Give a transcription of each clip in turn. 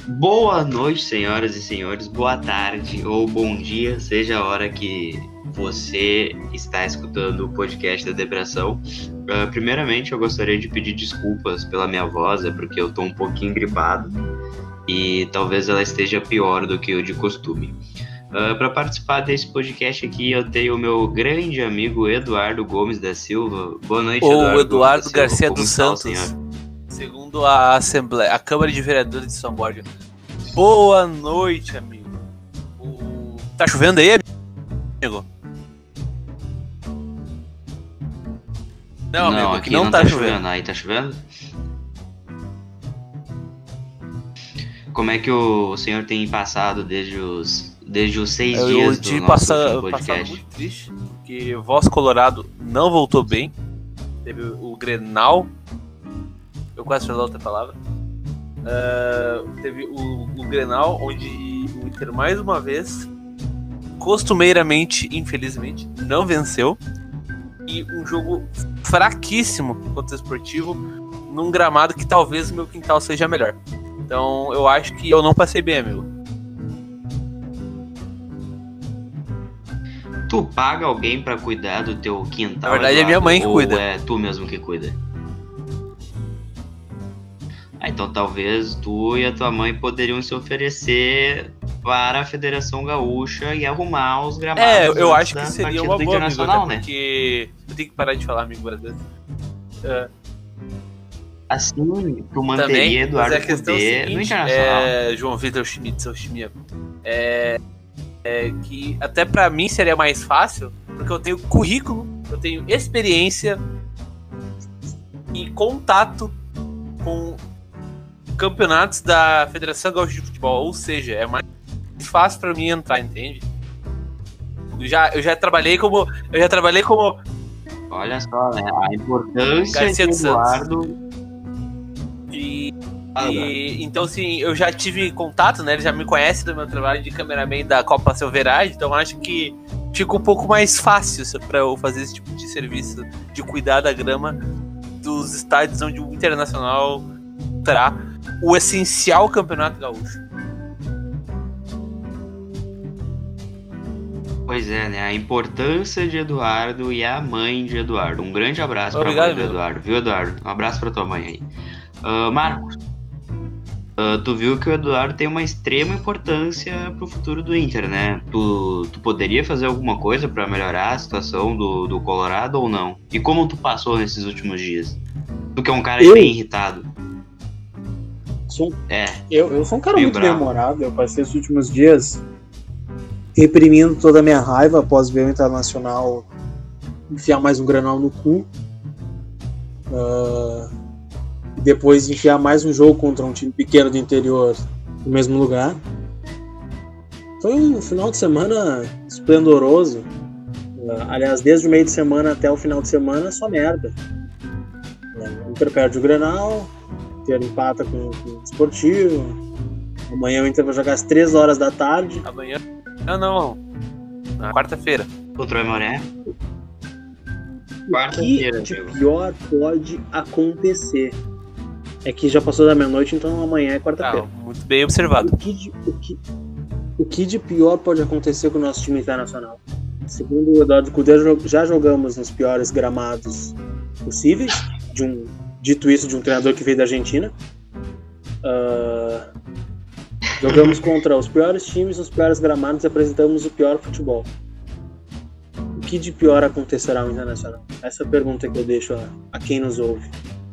Boa noite, senhoras e senhores, boa tarde ou bom dia, seja a hora que você está escutando o podcast da Depressão. Primeiramente, eu gostaria de pedir desculpas pela minha voz, porque eu estou um pouquinho gripado e talvez ela esteja pior do que o de costume. Para participar desse podcast aqui, eu tenho o meu grande amigo Eduardo Gomes da Silva. Boa noite, Eduardo. Ou Eduardo Gomes da Silva. Garcia Como dos está, Santos, senhor? segundo a Assembleia, a Câmara de Vereadores de São Borja. Boa noite, amigo. Tá chovendo aí, amigo? Não, amigo, aqui não tá chovendo. Aí tá chovendo? Como é que o senhor tem passado desde os 6 dias do nosso último podcast? Passado muito triste, porque Voz Colorado não voltou bem. Teve o Grenal. Eu quase falei outra palavra. Teve o Grenal, onde o Inter mais uma vez, costumeiramente, infelizmente, não venceu. E um jogo fraquíssimo contra o Esportivo, num gramado que talvez o meu quintal seja melhor. Então eu acho que eu não passei bem, amigo. Tu paga alguém pra cuidar do teu quintal? Na verdade, Eduardo, é minha mãe que cuida. Ou é tu mesmo que cuida? Então talvez tu e a tua mãe poderiam se oferecer para a Federação Gaúcha e arrumar os gramados. Eu acho que seria uma boa, amigo, né? porque eu tenho que parar de falar, amigo brasileiro. Assim, tu manteria Eduardo Cudê no Internacional. João Vitor Schmidt, que até pra mim seria mais fácil, porque eu tenho currículo, eu tenho experiência e contato com campeonatos da Federação Gaúcha de Futebol, ou seja, é mais fácil pra mim entrar, entende? Eu já trabalhei como Olha só, né? A importância Garcia de dos Eduardo. Então, assim, eu já tive contato, né? Ele já me conhece do meu trabalho de cameraman da Copa Silverade, então acho que fica um pouco mais fácil pra eu fazer esse tipo de serviço, de cuidar da grama dos estádios onde o Internacional terá o essencial Campeonato Gaúcho. Pois é, né? A importância de Eduardo e a mãe de Eduardo. Um grande abraço pra Obrigado, mãe do Eduardo, viu, Eduardo? Um abraço pra tua mãe aí. Marcos, tu viu que o Eduardo tem uma extrema importância pro futuro do Inter, né? Tu poderia fazer alguma coisa pra melhorar a situação do Colorado ou não? E como tu passou nesses últimos dias? Tu que é um cara bem irritado. Eu sou um cara muito bravo. bem-humorado. Eu passei os últimos dias reprimindo toda a minha raiva após ver o Internacional enfiar mais um Grenal no cu. E depois enfiar mais um jogo contra um time pequeno do interior no mesmo lugar. Foi um final de semana esplendoroso. Aliás, desde o meio de semana até o final de semana, só merda. O Inter perde o Grenal, o Inter empata com o Esportivo. Amanhã o Inter vai jogar às 3 horas da tarde. Amanhã? Não. Na quarta-feira. Contra o Aimoré? O que de pior pode acontecer é que já passou da meia-noite, então amanhã é quarta-feira. Muito bem observado. O que de pior pode acontecer com o nosso time internacional? Segundo o Eduardo Cudê, já jogamos nos piores gramados possíveis, dito isso de um treinador que veio da Argentina. Jogamos contra os piores times, os piores gramados e apresentamos o pior futebol. O que de pior acontecerá no Internacional? Essa é a pergunta que eu deixo a quem nos ouve.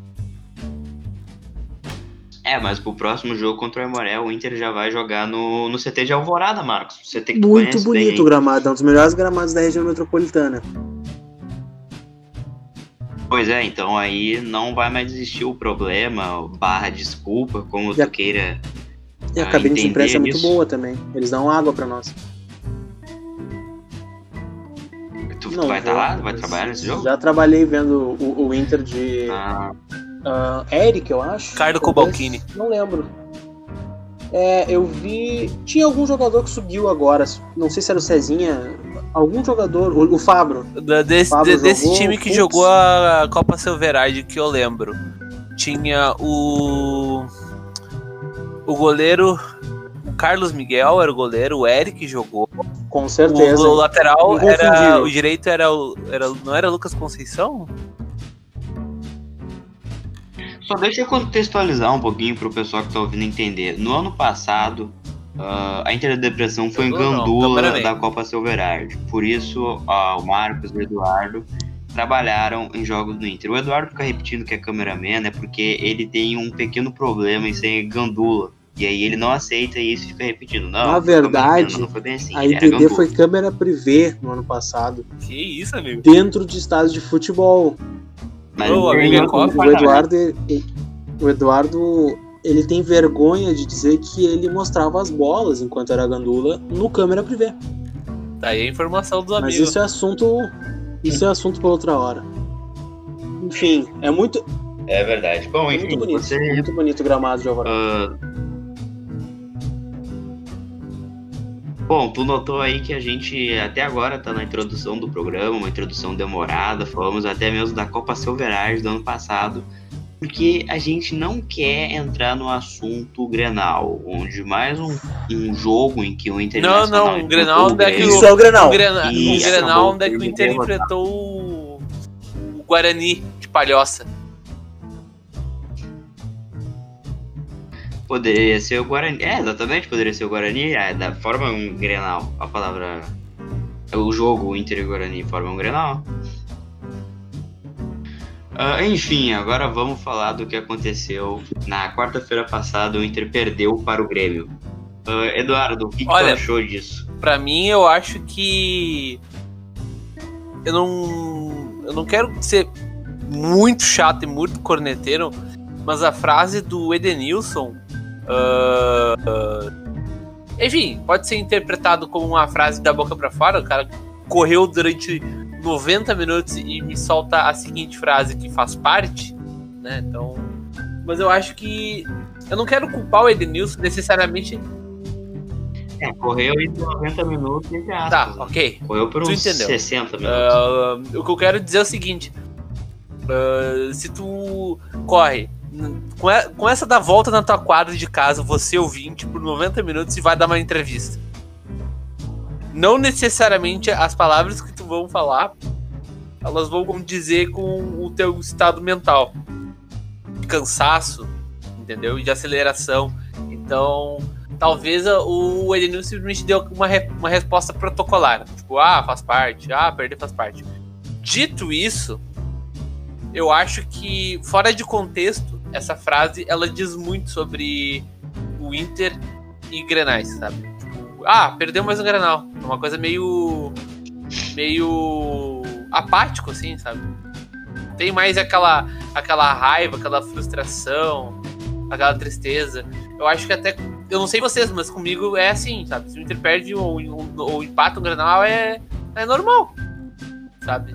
Mas pro próximo jogo contra o Aimoré, o Inter já vai jogar no CT de Alvorada, Marcos. CT que tu muito bonito bem, o gramado, é um dos melhores gramados da região metropolitana. Pois é, então aí não vai mais existir o problema, / desculpa, como tu queira. E a cabine de imprensa é muito boa também. Eles dão água pra nós. Tu vai estar lá? Vai trabalhar nesse jogo? Já trabalhei vendo o Inter de Eric, eu acho. Ricardo Cobalcini. Não lembro. Eu vi... Tinha algum jogador que subiu agora. Não sei se era o Cezinha. Algum jogador... O Fabro. Desse time que jogou a Copa Silverade, que eu lembro. Tinha o... O goleiro, o Carlos Miguel era o goleiro, o Eric jogou. Com certeza. O lateral Inconfundível. o direito não era Lucas Conceição? Só deixa eu contextualizar um pouquinho pro pessoal que tá ouvindo entender. No ano passado, a Inter da Depressão foi em Gandula da Copa Silverard. Por isso, o Marcos e o Eduardo trabalharam em jogos do Inter. O Eduardo fica repetindo que é cameraman, né? Porque ele tem um pequeno problema em ser Gandula. E aí ele não aceita isso e fica repetindo. Não, na verdade, não foi bem assim, a ITD foi câmera privê no ano passado. Que isso, amigo? Dentro de estádios de futebol. Mas o Eduardo, ele tem vergonha de dizer que ele mostrava as bolas enquanto era Gandula no câmera privê. Tá aí a informação dos amigos. Mas isso é assunto para outra hora. Enfim, é muito... É verdade. Bom, enfim, muito bonito, muito bonito o gramado de Alvorada. Bom, tu notou aí que a gente até agora tá na introdução do programa, uma introdução demorada, falamos até mesmo da Copa Silverard do ano passado, porque a gente não quer entrar no assunto Grenal, onde mais um jogo em que o Internacional... Não, o Grenal onde é que isso é o Grenal. O Grenal onde é que o Inter enfrentou o Guarani de Palhoça. Poderia ser o Guarani. Exatamente, poderia ser o Guarani. Da forma um Grenal. A palavra. O jogo Inter e Guarani forma um Grenal. Enfim, agora vamos falar do que aconteceu. Na quarta-feira passada, o Inter perdeu para o Grêmio. Eduardo, o que tu achou disso? Pra mim, eu acho que. Eu não quero ser muito chato e muito corneteiro, mas a frase do Edenilson. Enfim, pode ser interpretado como uma frase da boca pra fora. O cara correu durante 90 minutos e me solta a seguinte frase que faz parte, né? Então, mas eu acho que eu não quero culpar o Edenilson necessariamente. Correu em 90 minutos entre aspas. Tá, ok. Correu por uns 60 minutos. O que eu quero dizer é o seguinte: se tu corre com essa da volta na tua quadra de casa, você ouvinte, por 90 minutos e vai dar uma entrevista. Não necessariamente as palavras que tu vão falar, elas vão dizer com o teu estado mental. De cansaço, entendeu? E de aceleração. Então, talvez o Edenilson simplesmente deu uma resposta protocolar. Tipo, faz parte. Perder faz parte. Dito isso, eu acho que, fora de contexto, essa frase, ela diz muito sobre o Inter e Grenais, sabe? Tipo, perdeu mais um Grenal. É uma coisa meio apático, assim, sabe? Tem mais aquela raiva, aquela frustração, aquela tristeza. Eu acho que até... Eu não sei vocês, mas comigo é assim, sabe? Se o Inter perde ou empata um Grenal, é normal, sabe?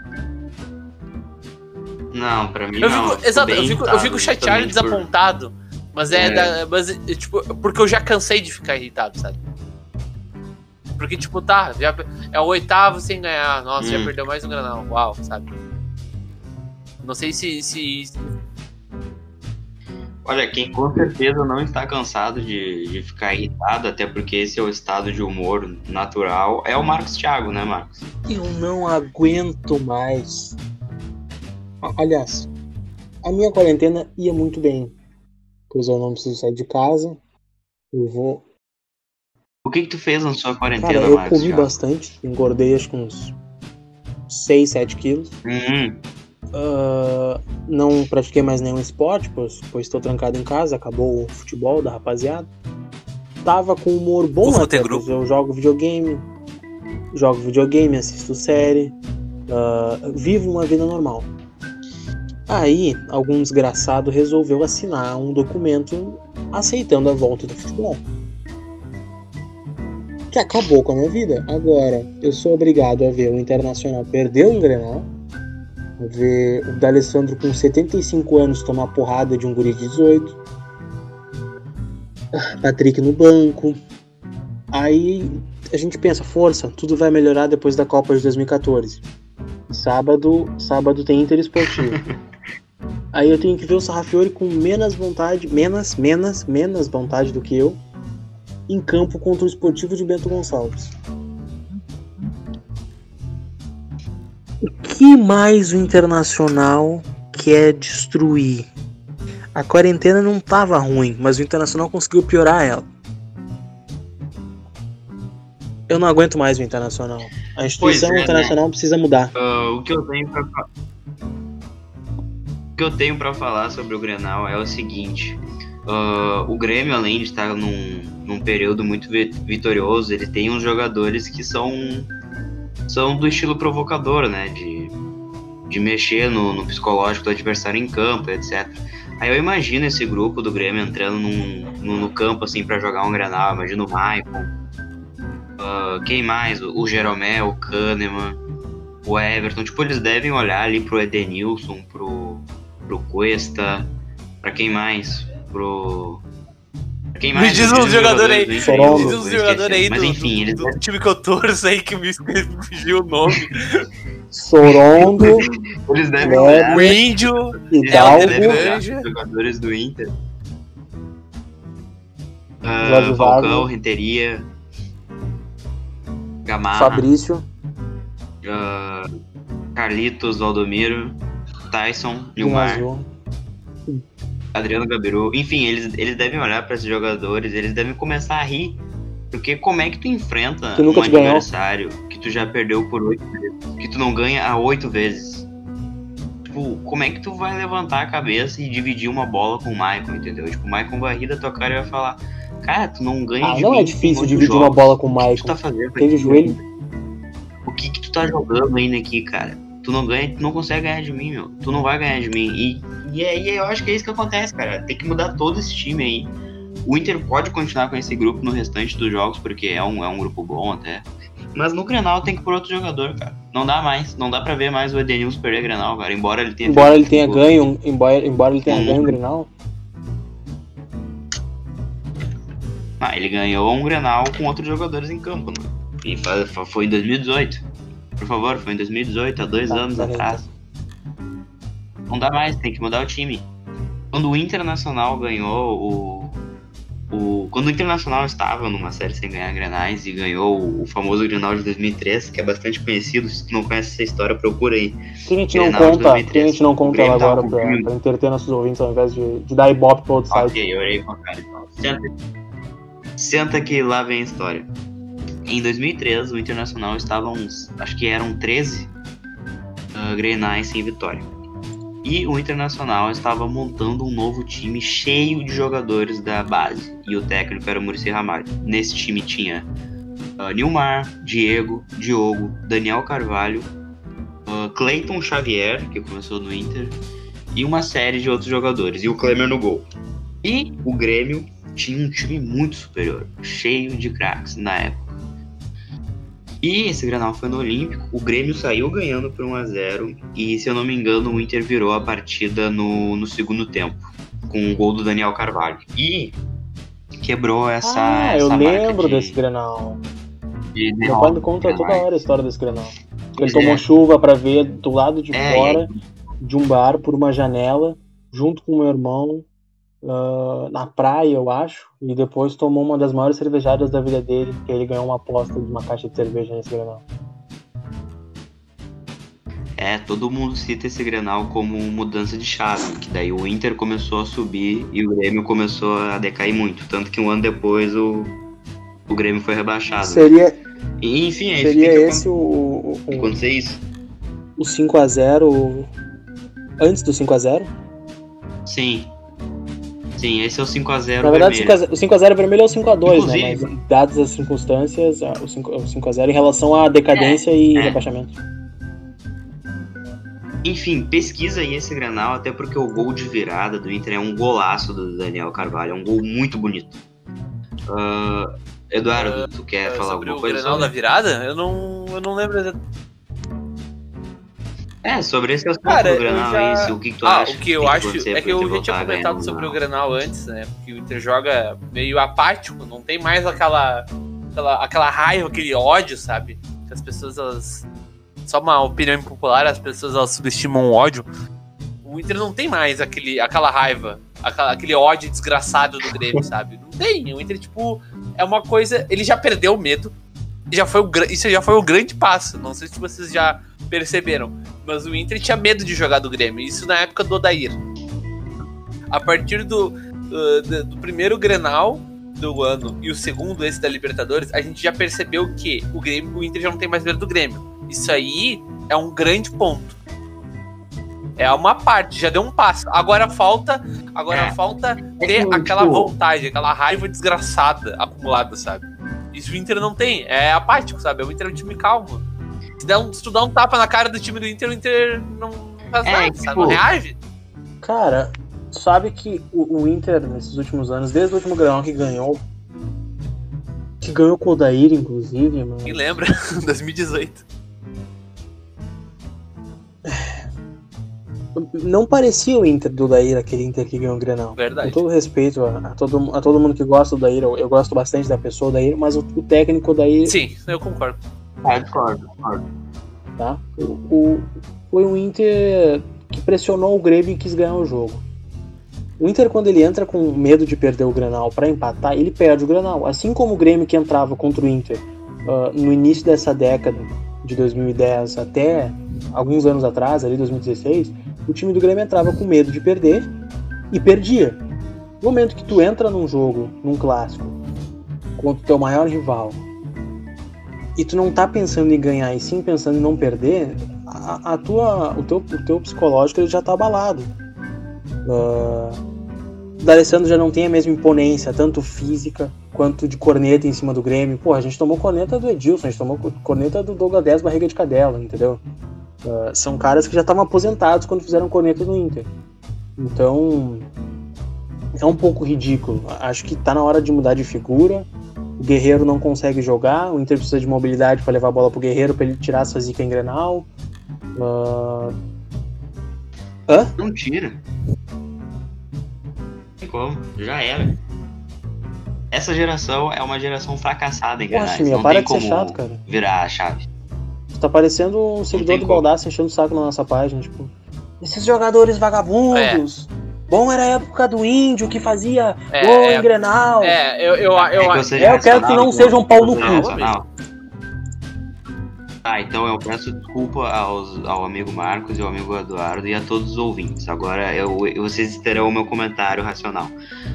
Não, pra mim não. Eu fico chateado e desapontado, mas tipo, porque eu já cansei de ficar irritado, sabe? Porque, tipo, já é o 8º sem ganhar, nossa, já perdeu mais um Grenal, uau, sabe? Não sei se... Olha, quem com certeza não está cansado de ficar irritado, até porque esse é o estado de humor natural, é o Marcos Thiago, né, Marcos? Eu não aguento mais. Aliás, a minha quarentena ia muito bem, pois eu não preciso sair de casa, eu vou... O que tu fez na sua quarentena, Cara, eu Marcos? comi bastante, engordei acho que uns 6, 7 quilos. Não pratiquei mais nenhum esporte, pois estou trancado em casa, acabou o futebol da rapaziada. Tava com humor bom até, pois eu jogo videogame, assisto série, vivo uma vida normal. Aí, algum desgraçado resolveu assinar um documento aceitando a volta do futebol. Que acabou com a minha vida. Agora, eu sou obrigado a ver o Internacional perder um Grenal, a ver o D'Alessandro com 75 anos tomar porrada de um guri de 18, Patrick no banco. Aí a gente pensa, força, tudo vai melhorar depois da Copa de 2014. Sábado tem Inter Esportivo. Aí eu tenho que ver o Sarrafiori com menos vontade do que eu em campo contra o Esportivo de Bento Gonçalves. O que mais o Internacional quer destruir? A quarentena não estava ruim, mas o Internacional conseguiu piorar ela. Eu não aguento mais o Internacional. A instituição internacional precisa mudar. O que eu tenho pra falar sobre o Grenal é o seguinte. O Grêmio, além de estar num período muito vitorioso, ele tem uns jogadores que são do estilo provocador, né? De mexer no psicológico do adversário em campo, etc. Aí eu imagino esse grupo do Grêmio entrando no campo assim pra jogar um Grenal. Imagino o Maicon, quem mais? O Jeromel, o Kahneman, o Everton. Tipo, eles devem olhar ali pro Edenilson, pro Cuesta, pra quem mais? Me diz uns jogadores aí. Me diz uns jogadores aí mas, enfim, eles do time que eu torço aí que me fugiu o nome. Sorondo, eles devem olhar. O Índio, Hidalgo, jogadores do Inter. Jorge Falcão, Wagner, Renteria, Gamarra, Fabrício, Carlitos, Valdomiro, Tyson, Nilmar, Adriano Gabiru. Enfim, eles devem olhar para esses jogadores, eles devem começar a rir. Porque como é que tu enfrenta um adversário que tu já perdeu por 8 vezes, que tu não ganha há 8 vezes? Tipo, como é que tu vai levantar a cabeça e dividir uma bola com o Maicon, entendeu? Tipo, o Maicon vai rir da tua cara e vai falar: cara, tu não ganha de não mim. É difícil dividir uma bola com o Maicon. O que tu tá fazendo? Teve joelho. O que tu tá jogando ainda aqui, cara? Tu não ganha, tu não consegue ganhar de mim, meu. Tu não vai ganhar de mim. E aí eu acho que é isso que acontece, cara. Tem que mudar todo esse time aí. O Inter pode continuar com esse grupo no restante dos jogos, porque é um grupo bom até. Mas no Grenal tem que ir por outro jogador, cara. Não dá mais. Não dá pra ver mais o Edenilson perder Grenal, cara. Embora ele tenha ganho o Grenal. Ele ganhou um Grenal com outros jogadores em campo, né? E foi em 2018. Por favor, foi em 2018, há 2 anos atrás. Não dá mais, tem que mudar o time. Quando o Internacional ganhou quando o Internacional estava numa série sem ganhar Grenais e ganhou o famoso Grenal de 2003, que é bastante conhecido, se tu não conhece essa história, procura aí. Que a gente não conta ela agora pra entreter nossos ouvintes, ao invés de dar ibope pro outro site. Ok, eu orei com a cara então. Senta que lá vem a história. Em 2003, o Internacional estava acho que eram 13 Grenais sem vitória. E o Internacional estava montando um novo time cheio de jogadores da base. E o técnico era o Muricy Ramalho. Nesse time tinha Nilmar, Diego, Diogo, Daniel Carvalho, Cleiton Xavier, que começou no Inter, e uma série de outros jogadores. E o Klemer no gol. E o Grêmio tinha um time muito superior, cheio de craques na época. E esse Grenal foi no Olímpico, o Grêmio saiu ganhando por 1-0 e, se eu não me engano, o Inter virou a partida no segundo tempo, com o gol do Daniel Carvalho. E quebrou essa eu marca lembro desse Grenal. Meu pai me conta toda hora a história desse Grenal. Ele tomou chuva pra ver do lado de fora de um bar, por uma janela, junto com o meu irmão, na praia, eu acho, e depois tomou uma das maiores cervejadas da vida dele, porque ele ganhou uma aposta de uma caixa de cerveja nesse Grenal. Todo mundo cita esse Grenal como mudança de chave, que daí o Inter começou a subir e o Grêmio começou a decair muito, tanto que um ano depois o Grêmio foi rebaixado. E, enfim, seria esse acontecer isso. O 5-0 antes do 5-0? Sim, esse é o 5-0 Na verdade, vermelho. o 5-0 vermelho é o 5-2, né? Mas, dadas as circunstâncias, o 5-0 em relação à decadência e rebaixamento. Enfim, pesquisa aí esse Grenal, até porque o gol de virada do Inter é um golaço do Daniel Carvalho, é um gol muito bonito. Eduardo, tu quer falar alguma coisa? Sobre o Grenal da virada? Eu não lembro exatamente. Sobre esse assunto do Grenal, o que tu acha? O que eu acho é que eu já tinha comentado sobre o Grenal antes, né? Porque o Inter joga meio apático, não tem mais aquela raiva, aquele ódio, sabe? Que as pessoas, só uma opinião impopular, as pessoas subestimam o ódio. o Inter não tem mais aquela raiva, aquele ódio desgraçado do Grêmio, sabe? Não tem. O Inter, tipo, é uma coisa... Ele já perdeu o medo. Isso já foi um grande passo. Não sei se vocês já perceberam. Mas o Inter tinha medo de jogar do Grêmio. Isso na época do Odair. A partir do primeiro Grenal do ano e o segundo, esse da Libertadores, a gente já percebeu que o Inter já não tem mais medo do Grêmio. Isso aí é um grande ponto. É uma parte, já deu um passo. Agora falta ter aquela vontade, aquela raiva desgraçada acumulada, sabe? Isso o Inter não tem, é apático, sabe? O Inter é um time calmo. Se tu dá um tapa na cara do time do Inter, o Inter não faz nada, sabe? Não reage. Cara, sabe que o Inter, nesses últimos anos, desde o último Grenal que ganhou com o Odair, inclusive, mano. Quem lembra? 2018. Não parecia o Inter do Odair, aquele Inter que ganhou o Grenal. Verdade. Com todo respeito a todo mundo que gosta do Odair, eu gosto bastante da pessoa do Odair, mas o técnico Odair... Sim, eu concordo. Discordo. Tá? Foi um Inter que pressionou o Grêmio e quis ganhar o jogo. O Inter, quando ele entra com medo de perder o Grenal pra empatar, ele perde o Grenal. Assim como o Grêmio que entrava contra o Inter no início dessa década, de 2010 até alguns anos atrás, ali 2016, o time do Grêmio entrava com medo de perder e perdia. No momento que tu entra num jogo, num clássico, contra o teu maior rival, e tu não tá pensando em ganhar e sim pensando em não perder, o teu psicológico ele já tá abalado. O D'Alessandro já não tem a mesma imponência, tanto física quanto de corneta em cima do Grêmio. Pô, a gente tomou corneta do Edilson, a gente tomou corneta do Douglas 10 barriga de cadela, entendeu? São caras que já estavam aposentados quando fizeram corneta no Inter. Então, é um pouco ridículo. Acho que tá na hora de mudar de figura. O Guerreiro não consegue jogar, o Inter precisa de mobilidade para levar a bola pro Guerreiro para ele tirar sua zica em Grenal. Não tira. Não tem como, já era. Essa geração é uma geração fracassada em Grenais. Não para tem como chato, cara. Virar a chave. Tá parecendo um seguidor do Baldassi enchendo o saco na nossa página, tipo, esses jogadores vagabundos. Bom era a época do Índio que fazia gol em Grenal. Eu quero que não seja um pau no cu. Então eu peço desculpa ao amigo Marcos e ao amigo Eduardo e a todos os ouvintes. Agora vocês terão o meu comentário racional.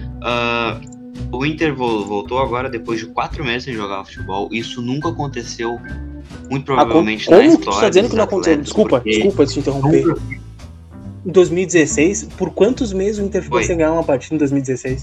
O Inter voltou agora depois de 4 meses sem jogar futebol. Isso nunca aconteceu, muito provavelmente na história. Como tu tá dizendo que não aconteceu? Desculpa te interromper. Em 2016, por quantos meses o Inter ficou sem ganhar uma partida em 2016?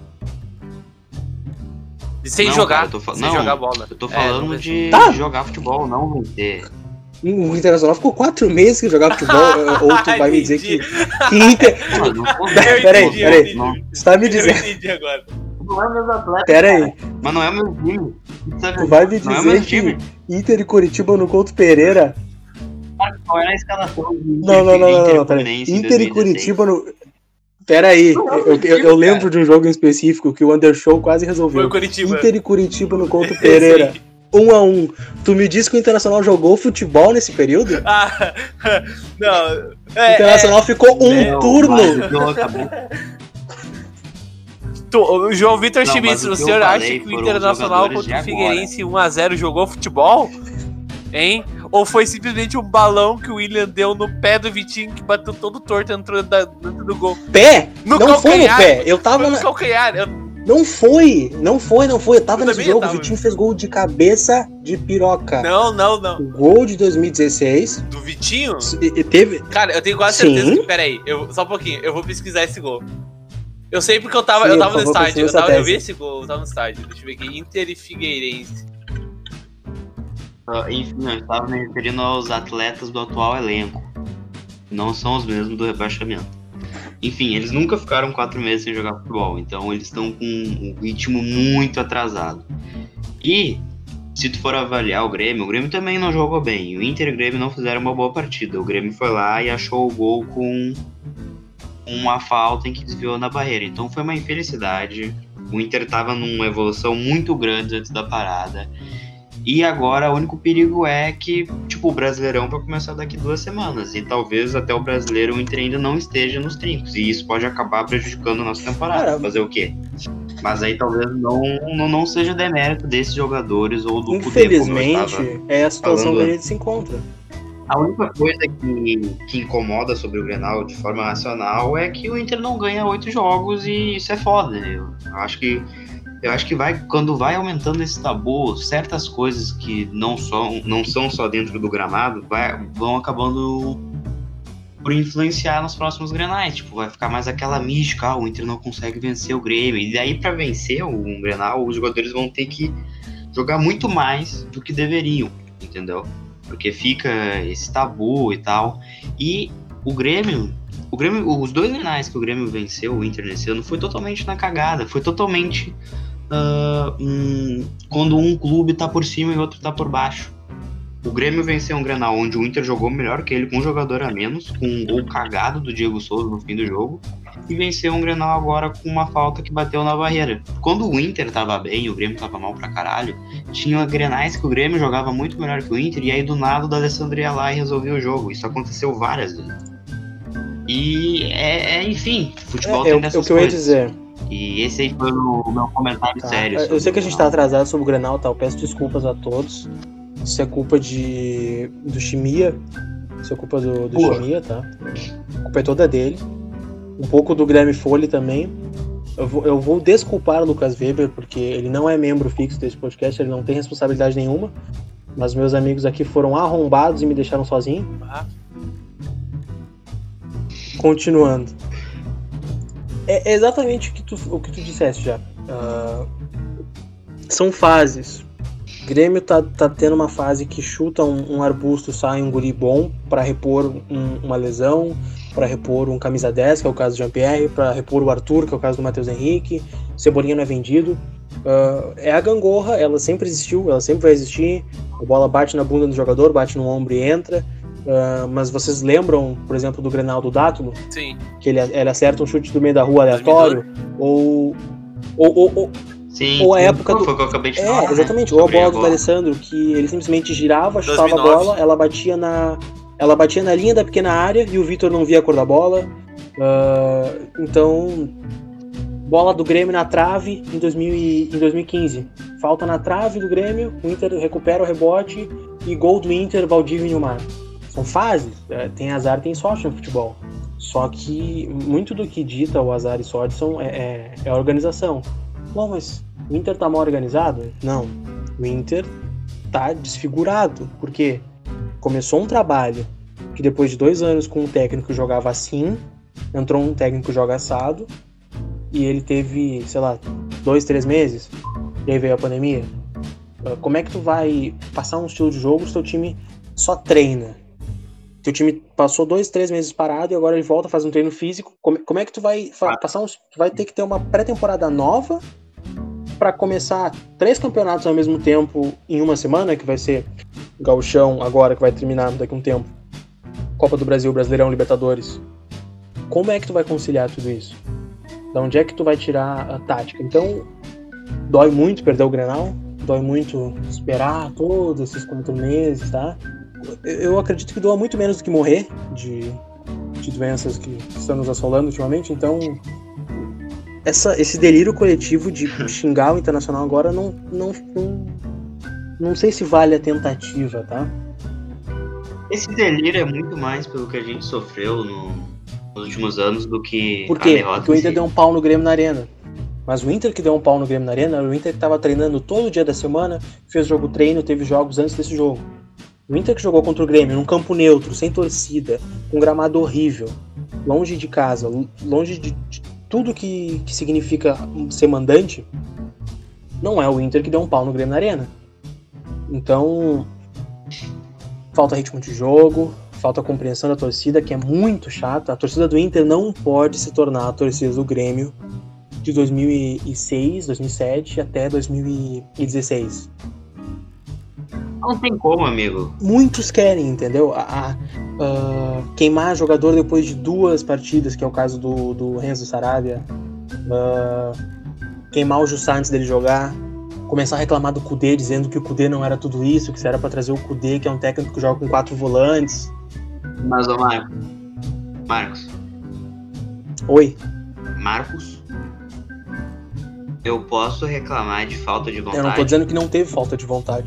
Sem jogar bola. Eu tô falando de jogar futebol, não vencer. O Internacional ficou 4 meses sem jogar futebol, ou tu vai me dizer que Inter... Peraí. Você tá me dizendo... Eu entendi agora. Não é o meu atleta. Peraí. Mas não é o meu time. Tu vai me dizer que Inter e Curitiba no Couto Pereira... Não é a escalação. Não, peraí. Inter e Curitiba no... Peraí, eu lembro de um jogo em específico que o Undershow quase resolveu. Inter e Curitiba no Couto Pereira. 1-1. Tu me disse que o Internacional jogou futebol nesse período? Não. O Internacional ficou turno. O João Vitor Schmitz, o senhor acha que o Internacional contra o Figueirense 1-0 jogou futebol? Hein? Ou foi simplesmente um balão que o William deu no pé do Vitinho que bateu todo torto e entrou dentro do gol? Pé? Não foi no pé. Eu tava no calcanhar. Não foi. Eu tava nesse jogo. O Vitinho fez gol de cabeça de piroca. Não. O gol de 2016. Do Vitinho? Teve. Cara, eu tenho quase certeza que. Peraí, só um pouquinho. Eu vou pesquisar esse gol. Eu sei porque eu tava no estádio. Eu vi esse gol, eu tava no estádio. Deixa eu ver aqui. Inter e Figueirense. Enfim, eu estava me referindo aos atletas do atual elenco. Não são os mesmos do rebaixamento. Enfim, eles nunca ficaram 4 meses sem jogar futebol. Então eles estão com um ritmo muito atrasado. E, se tu for avaliar o Grêmio também não jogou bem. O Inter e o Grêmio não fizeram uma boa partida. O Grêmio foi lá e achou o gol com uma falta em que desviou na barreira. Então foi uma infelicidade. O Inter estava numa evolução muito grande antes da parada. E agora o único perigo é que, tipo, o Brasileirão vai começar daqui 2 semanas. E talvez até o Brasileiro o Inter ainda não esteja nos trincos. E isso pode acabar prejudicando a nossa temporada. Cara, fazer o quê? Mas aí talvez não seja demérito desses jogadores ou do Cudê, infelizmente, é a situação falando que a gente se encontra. A única coisa que incomoda sobre o Grenal de forma racional é que o Inter não ganha 8 jogos e isso é foda. Eu acho que quando vai aumentando esse tabu, certas coisas que não são só dentro do gramado vão acabando por influenciar nos próximos Grenais. Tipo, vai ficar mais aquela mística, o Inter não consegue vencer o Grêmio. E daí, para vencer um Grenal, os jogadores vão ter que jogar muito mais do que deveriam, entendeu? Porque fica esse tabu e tal. E o Grêmio, os 2 Grenais que o Grêmio venceu, o Inter nesse ano, foi totalmente na cagada. Foi totalmente quando um clube tá por cima e o outro tá por baixo. O Grêmio venceu um Grenal onde o Inter jogou melhor que ele, com um jogador a menos, com um gol cagado do Diego Souza no fim do jogo, e venceu um Grenal agora com uma falta que bateu na barreira. Quando o Inter tava bem e o Grêmio tava mal pra caralho, tinha Grenais que o Grêmio jogava muito melhor que o Inter, e aí do nada o D'Alessandro ia lá e resolvia o jogo. Isso aconteceu várias vezes. E enfim, futebol tem dessas coisas. É o que eu ia dizer. E esse aí foi o meu comentário sério. Eu sei que a gente tá atrasado sobre o Grenal, tá? Eu peço desculpas a todos. Isso é culpa do Chimia. Isso é culpa do Chimia, tá? A culpa é toda dele. Um pouco do Guilherme Folli também. Eu vou desculpar o Lucas Weber, porque ele não é membro fixo desse podcast, ele não tem responsabilidade nenhuma. Mas meus amigos aqui foram arrombados e me deixaram sozinho. Continuando. É exatamente o que tu disseste já. São fases. O Grêmio tá tendo uma fase que chuta um arbusto, sai um guri bom para repor uma lesão, para repor um camisa 10, que é o caso do Jean-Pierre, para repor o Arthur, que é o caso do Matheus Henrique. Cebolinha não é vendido. É a gangorra, ela sempre existiu, ela sempre vai existir. A bola bate na bunda do jogador, bate no ombro e entra. Mas vocês lembram, por exemplo, do Grenal do Dátulo? Sim. Que ele acerta um chute do meio da rua aleatório? Sim, ou a época foi o que eu acabei de falar, exatamente, né? ou a bola do D'Alessandro, que ele simplesmente girava, chutava 2009. A bola, ela batia na linha da pequena área e o Vitor não via a cor da bola. Então, bola do Grêmio na trave em 2015. Falta na trave do Grêmio, o Inter recupera o rebote e gol do Inter, Valdívio e Nilmar. São fases, tem azar, tem sorte no futebol. Só que muito do que dita o azar e sorte é a organização. Bom, mas o Inter tá mal organizado? Não. O Inter tá desfigurado. Porque começou um trabalho que depois de 2 anos com um técnico que jogava assim, entrou um técnico que joga assado, e ele teve, sei lá, 2, 3 meses, e aí veio a pandemia. Como é que tu vai passar um estilo de jogo se teu time só treina? Teu time passou 2, 3 meses parado e agora ele volta a fazer um treino físico. Como é que tu vai passar tu vai ter que ter uma pré-temporada nova para começar 3 campeonatos ao mesmo tempo em uma semana, que vai ser Gauchão agora, que vai terminar daqui a um tempo, Copa do Brasil, Brasileirão, Libertadores. Como é que tu vai conciliar tudo isso? De onde é que tu vai tirar a tática? Então, dói muito perder o Grenal, dói muito esperar todos esses 4 meses, tá? Eu acredito que doa muito menos do que morrer de doenças que estão nos assolando ultimamente, então esse delírio coletivo de xingar o Internacional agora não sei se vale a tentativa, tá? Esse delírio é muito mais pelo que a gente sofreu nos últimos anos do que Por quê? Porque o Inter deu um pau no Grêmio na Arena. Mas o Inter que deu um pau no Grêmio na Arena, o Inter que estava treinando todo dia da semana, fez jogo treino, teve jogos antes desse jogo. O Inter que jogou contra o Grêmio num campo neutro, sem torcida, com um gramado horrível, longe de casa, longe de tudo que significa ser mandante, não é o Inter que deu um pau no Grêmio na Arena. Então, falta ritmo de jogo, falta compreensão da torcida, que é muito chata. A torcida do Inter não pode se tornar a torcida do Grêmio de 2006, 2007 até 2016. Não tem como, amigo. Muitos querem, entendeu? Queimar jogador depois de 2 partidas, que é o caso do Renzo Sarabia. Queimar o Jussá antes dele jogar. começar a reclamar do Kudê, dizendo que o Kudê não era tudo isso, que era pra trazer o Kudê, que é um técnico que joga com 4 volantes. Mas, ô Marcos. Oi. Marcos? Eu posso reclamar de falta de vontade? Eu não tô dizendo que não teve falta de vontade.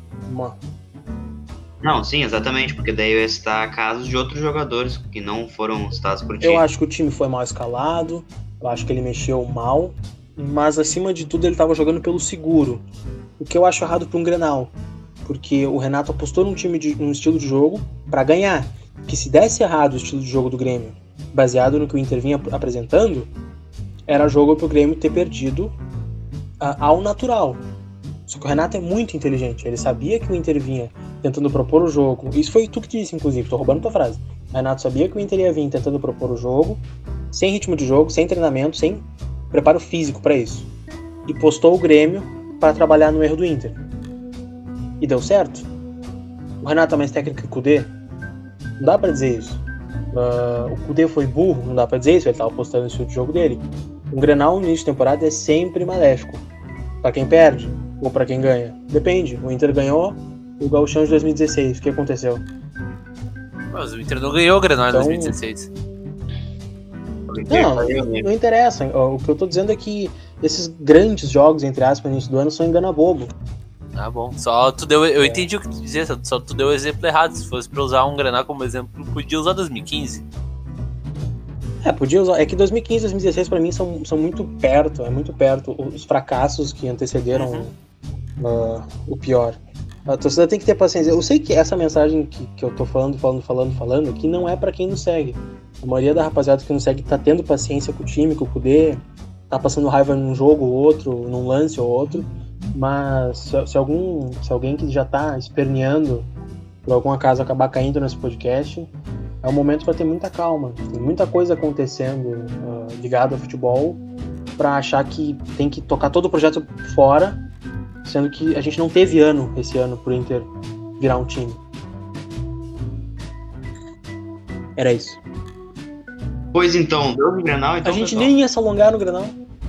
Não, sim, exatamente, porque daí eu ia citar casos de outros jogadores que não foram citados por ti. Eu acho que o time foi mal escalado, eu acho que ele mexeu mal, mas acima de tudo ele tava jogando pelo seguro. O que eu acho errado pra um Grenal, porque o Renato apostou num estilo de jogo pra ganhar. Que se desse errado o estilo de jogo do Grêmio, baseado no que o Inter vinha apresentando, era jogo pro Grêmio ter perdido ao natural. Só que o Renato é muito inteligente, ele sabia que o Inter vinha tentando propor o jogo. Isso foi tu que disse, inclusive, tô roubando tua frase. O Renato sabia que o Inter ia vir tentando propor o jogo, sem ritmo de jogo, sem treinamento, sem preparo físico pra isso. E postou o Grêmio para trabalhar no erro do Inter. E deu certo. O Renato é mais técnico que o Kudê? Não dá pra dizer isso. O Kudê foi burro? Não dá pra dizer isso, ele tava postando o estilo de jogo dele. Um Grenal no início de temporada é sempre maléfico. Pra quem perde ou pra quem ganha? Depende. O Inter ganhou o Gauchão de 2016. O que aconteceu? Mas o Inter não ganhou o Grenal em 2016. Não interessa. O que eu tô dizendo é que esses grandes jogos, entre aspas, no início do ano são engana-bobo. Ah, bom. Só tu deu. Eu entendi o que tu dizia, só tu deu o exemplo errado. Se fosse pra usar um Grenal como exemplo, podia usar 2015. Podia usar. É que 2015 e 2016 pra mim são muito perto. É muito perto os fracassos que antecederam o pior. A torcida tem que ter paciência. Eu sei que essa mensagem que eu tô falando aqui não é pra quem nos segue. A maioria da rapaziada que nos segue tá tendo paciência com o time, com o Kudê, tá passando raiva num jogo ou outro, num lance ou outro. Mas se alguém que já tá esperneando por algum acaso acabar caindo nesse podcast, é um momento para ter muita calma. Tem muita coisa acontecendo ligada ao futebol para achar que tem que tocar todo o projeto fora, sendo que a gente não teve esse ano pro Inter virar um time. Era isso. Pois então, deu no Grenal, então. A gente nem ia se alongar no Grenal.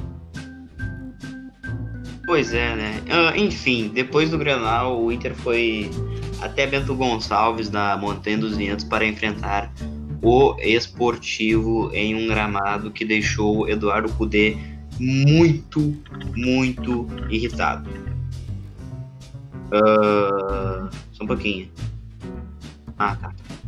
Pois é, né? Enfim, depois do Grenal, o Inter foi até Bento Gonçalves, na Montanha dos Ventos, para enfrentar o Esportivo em um gramado que deixou o Eduardo Kudê muito, muito irritado. Só um pouquinho. Tá.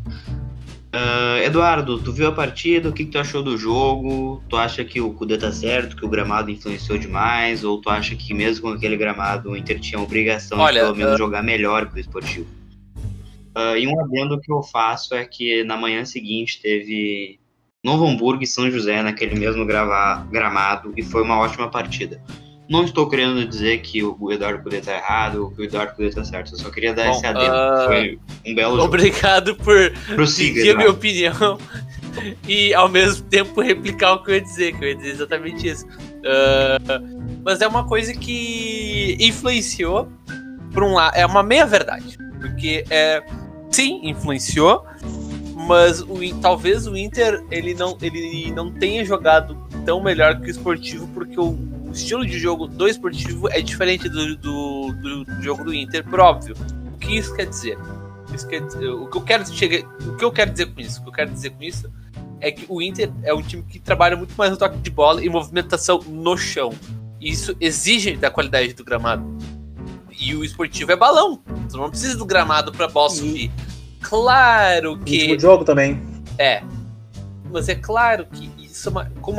Eduardo, tu viu a partida? O que tu achou do jogo? Tu acha que o Kudê tá certo, que o gramado influenciou demais? Ou tu acha que mesmo com aquele gramado o Inter tinha a obrigação de pelo menos jogar melhor que o Esportivo? E um adendo que eu faço é que na manhã seguinte teve Novo Hamburgo e São José naquele mesmo gramado e foi uma ótima partida. Não estou querendo dizer que o Eduardo Kudê tá errado ou que o Eduardo Kudê tá certo. Eu só queria dar esse adendo. Foi um belo jogo. Obrigado por dizer a minha opinião e ao mesmo tempo replicar o que eu ia dizer. Que eu ia dizer exatamente isso. Mas é uma coisa que influenciou por um lado. É uma meia-verdade. Porque, sim, influenciou. Mas talvez o Inter ele não tenha jogado tão melhor que o Esportivo, porque o estilo de jogo do Esportivo é diferente do jogo do Inter, por óbvio. O que isso quer dizer? O que eu quero dizer com isso? O que eu quero dizer com isso é que o Inter é um time que trabalha muito mais no toque de bola e movimentação no chão. E isso exige da qualidade do gramado. E o Esportivo é balão. Tu não precisa do gramado pra bola subir. Claro que... ritmo de jogo também. Mas é claro que isso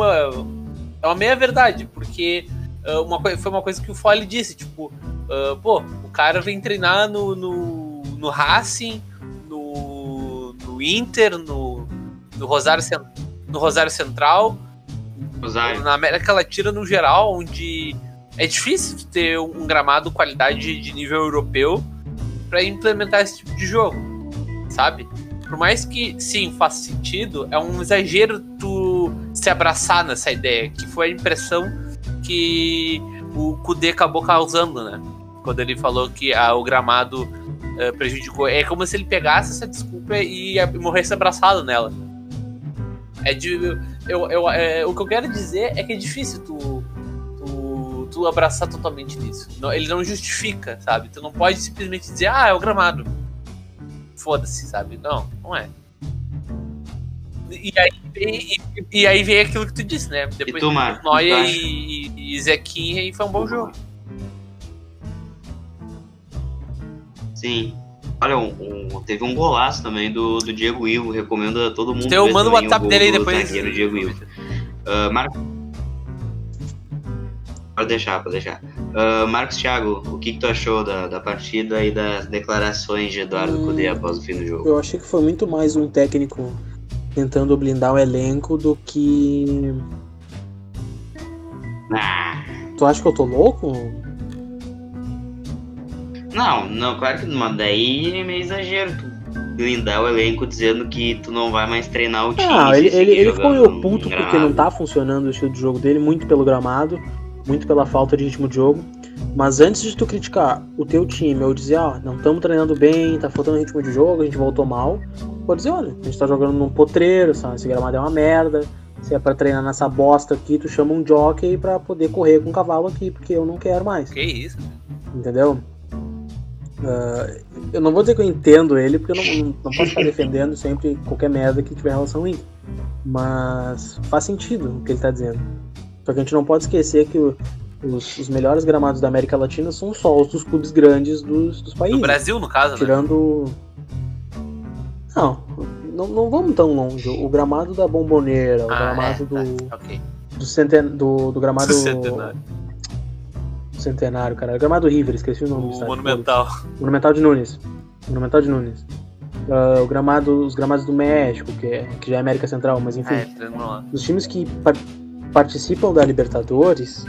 é uma meia-verdade, porque foi uma coisa que o Folli disse, tipo, o cara vem treinar no Racing, no Inter, no Rosário Central, na América Latina no geral, onde é difícil ter um gramado qualidade de nível europeu para implementar esse tipo de jogo, sabe? Por mais que, sim, faça sentido, é um exagero tu se abraçar nessa ideia, que foi a impressão que o Kudê acabou causando, né? Quando ele falou que o gramado prejudicou. É como se ele pegasse essa desculpa e morresse abraçado nela. O que eu quero dizer é que é difícil tu tu abraçar totalmente nisso. Ele não justifica, sabe? Tu não pode simplesmente dizer, é o gramado. Foda-se, sabe? Não é. E aí vem aquilo que tu disse, né? Depois tu, Marcos, Neuer e Zequinha, e foi um bom jogo. Sim. Olha, teve um golaço também do Diego Ivo. Recomendo a todo mundo. Eu mando o WhatsApp dele aí depois. Diego Ivo. Marcos. Pode deixar. Marcos Thiago, o que tu achou da partida e das declarações de Eduardo Cudê após o fim do jogo? Eu achei que foi muito mais um técnico tentando blindar o elenco do que... Tu acha que eu tô louco? Não, claro que não, mas daí é meio exagero tu blindar o elenco dizendo que tu não vai mais treinar o time. Ele ficou meio puto porque não tá funcionando o estilo de jogo dele, muito pelo gramado, muito pela falta de ritmo de jogo. Mas antes de tu criticar o teu time ou dizer, não estamos treinando bem, tá faltando ritmo de jogo, a gente voltou mal, pode dizer, olha, a gente tá jogando num potreiro, sabe? Esse gramado é uma merda, se é pra treinar nessa bosta aqui, tu chama um jockey pra poder correr com o cavalo aqui, porque eu não quero mais. Que isso? Entendeu? Eu não vou dizer que eu entendo ele, porque eu não posso ficar defendendo sempre qualquer merda que tiver relação a ele. Mas faz sentido o que ele tá dizendo. Só que a gente não pode esquecer que os melhores gramados da América Latina são só os dos clubes grandes dos países. No Brasil, no caso, tirando... né? Não vamos tão longe. O gramado da Bombonera, o gramado do gramado... Centenário, cara. O gramado River, esqueci o nome do estádio. Monumental de Nunes. Os gramados do México, que já é América Central, mas enfim. Os times que participam da Libertadores,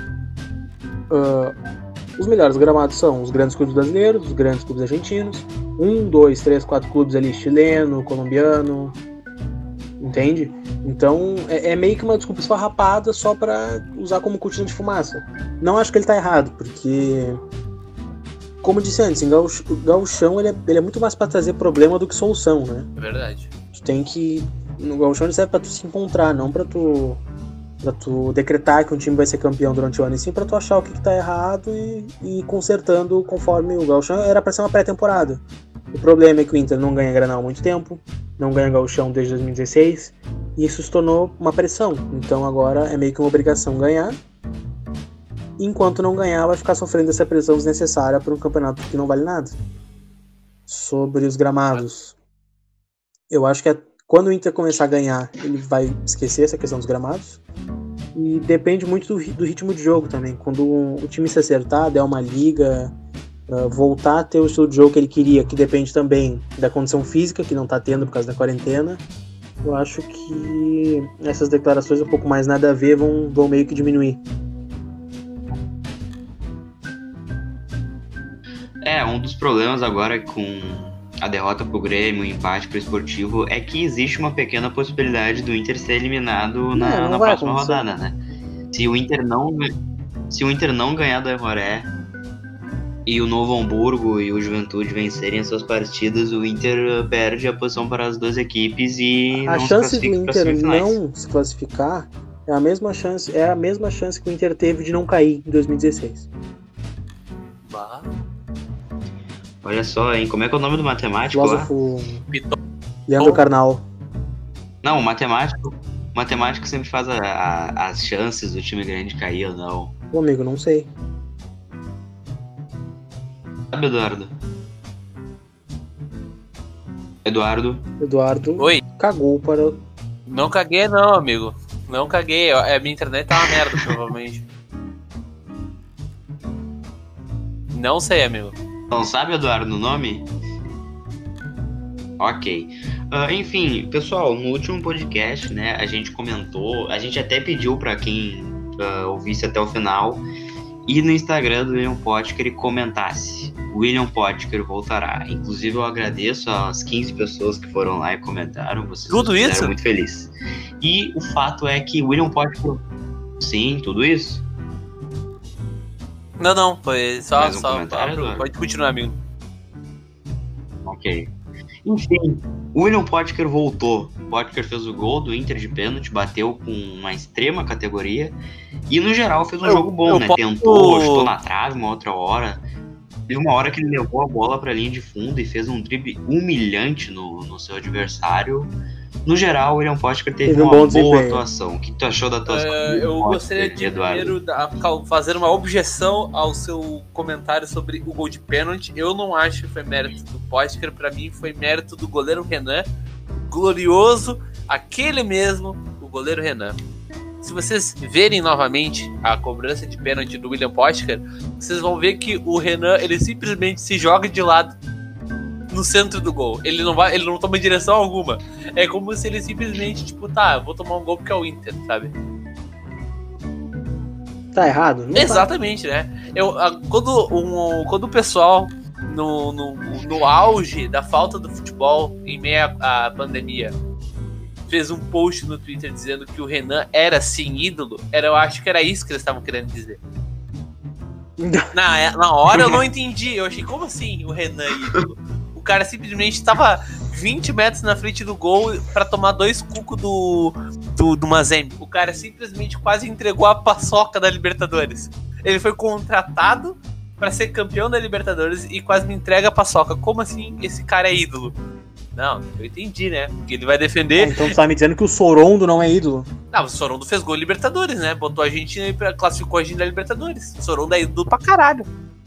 os melhores gramados são os grandes clubes brasileiros, os grandes clubes argentinos, 1, 2, 3, 4 clubes ali, chileno, colombiano, entende? Então é meio que uma desculpa esfarrapada só pra usar como cortina de fumaça. Não acho que ele tá errado, porque, como eu disse antes, o gauchão ele é muito mais pra trazer problema do que solução, né? É verdade. Tu tem que... No gauchão ele serve pra tu se encontrar, não pra tu decretar que um time vai ser campeão durante o ano, e sim pra tu achar o que tá errado e ir consertando conforme. O gauchão era pra ser uma pré-temporada. O problema é que o Inter não ganha Granal há muito tempo, não ganha gauchão desde 2016, e isso se tornou uma pressão. Então agora é meio que uma obrigação ganhar. Enquanto não ganhar, vai ficar sofrendo essa pressão desnecessária para um campeonato que não vale nada. Sobre os gramados, eu acho que quando o Inter começar a ganhar, ele vai esquecer essa questão dos gramados. E depende muito do ritmo de jogo também. Quando o time se acertar, der uma liga, voltar a ter o estilo de jogo que ele queria, que depende também da condição física, que não tá tendo por causa da quarentena, eu acho que essas declarações um pouco mais nada a ver vão meio que diminuir. Um dos problemas agora com a derrota pro Grêmio, o empate pro Esportivo, é que existe uma pequena possibilidade do Inter ser eliminado na próxima rodada, né? Se o Inter não ganhar do Aimoré e o Novo Hamburgo e o Juventude vencerem as suas partidas, o Inter perde a posição para as duas equipes e a chance do Inter não se classificar é a mesma chance que o Inter teve de não cair em 2016. Bah. Olha só, hein? Como é que é o nome do matemático filósofo lá? Leandro Carnal. Não, o matemático sempre faz as chances do time grande cair ou não. Ô, amigo, não sei. Sabe, Eduardo? Eduardo Oi. Cagou para... Não caguei não, amigo. Não caguei. A minha internet tá uma merda, provavelmente. Não sei, amigo. Não sabe, Eduardo, o nome? Ok. Enfim, pessoal, no último podcast, né, a gente comentou, a gente até pediu pra quem ouvisse até o final, e no Instagram do William Potker ele comentasse. William Potker voltará. Inclusive eu agradeço às 15 pessoas que foram lá e comentaram. Vocês tudo isso? Ficaram muito felizes. E o fato é que William Potker... Sim, tudo isso. Não, foi só... Mais um comentário, pode continuar, amigo. Ok. Enfim, o William Potker voltou. Potker fez o gol do Inter de pênalti, bateu com uma extrema categoria e no geral fez um jogo bom, né? Tentou, chutou na trave uma outra hora. Teve uma hora que ele levou a bola pra linha de fundo e fez um drible humilhante no seu adversário. No geral, o William Potker teve uma boa atuação. O que tu achou da atuação? Eu gostaria de primeiro fazer uma objeção ao seu comentário sobre o gol de pênalti. Eu não acho que foi mérito do Potker, pra mim foi mérito do goleiro Renan, glorioso, aquele mesmo, o goleiro Renan. Se vocês verem novamente a cobrança de pênalti do William Potker, vocês vão ver que o Renan, ele simplesmente se joga de lado no centro do gol. Ele não toma direção alguma. É como se ele simplesmente, tipo, vou tomar um gol porque é o Inter, sabe? Tá errado? Não exatamente, tá. Né? Quando o pessoal, no auge da falta do futebol, em meio à pandemia, fez um post no Twitter dizendo que o Renan era sim ídolo, eu acho que era isso que eles estavam querendo dizer. Na hora eu não entendi. Eu achei, como assim o Renan é ídolo? O cara simplesmente estava 20 metros na frente do gol pra tomar 2 cucos do Mazembe. O cara simplesmente quase entregou a paçoca da Libertadores. Ele foi contratado pra ser campeão da Libertadores e quase me entrega a paçoca. Como assim esse cara é ídolo? Não, eu entendi, né? Porque ele vai defender... então tu tá me dizendo que o Sorondo não é ídolo? Não, o Sorondo fez gol em Libertadores, né? Botou a Argentina e classificou a gente da Libertadores. O Sorondo é ídolo pra caralho.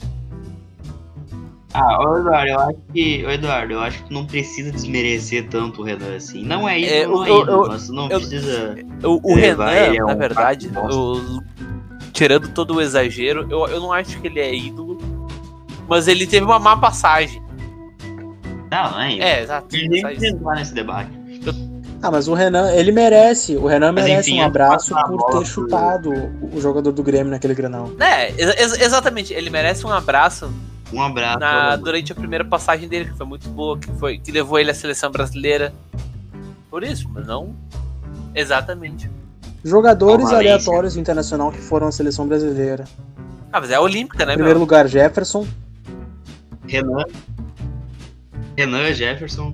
Eduardo, eu acho que não precisa desmerecer tanto o Renan assim. Não é ídolo, mas não precisa... O Renan, na verdade, tirando todo o exagero, eu não acho que ele é ídolo, mas ele teve uma má passagem. Não é isso. Exato. Ele nem precisa entrar nesse debate. Mas o Renan, ele merece. O Renan merece um abraço por ter chutado o jogador do Grêmio naquele Grenal. Exatamente. Ele merece um abraço. Um abraço. Durante a primeira passagem dele, que foi muito boa, que levou ele à seleção brasileira. Por isso, mas não exatamente. Jogadores aleatórios do Internacional que foram à seleção brasileira. Mas é a Olímpica, né? Em primeiro lugar, Jefferson. Renan, Jefferson.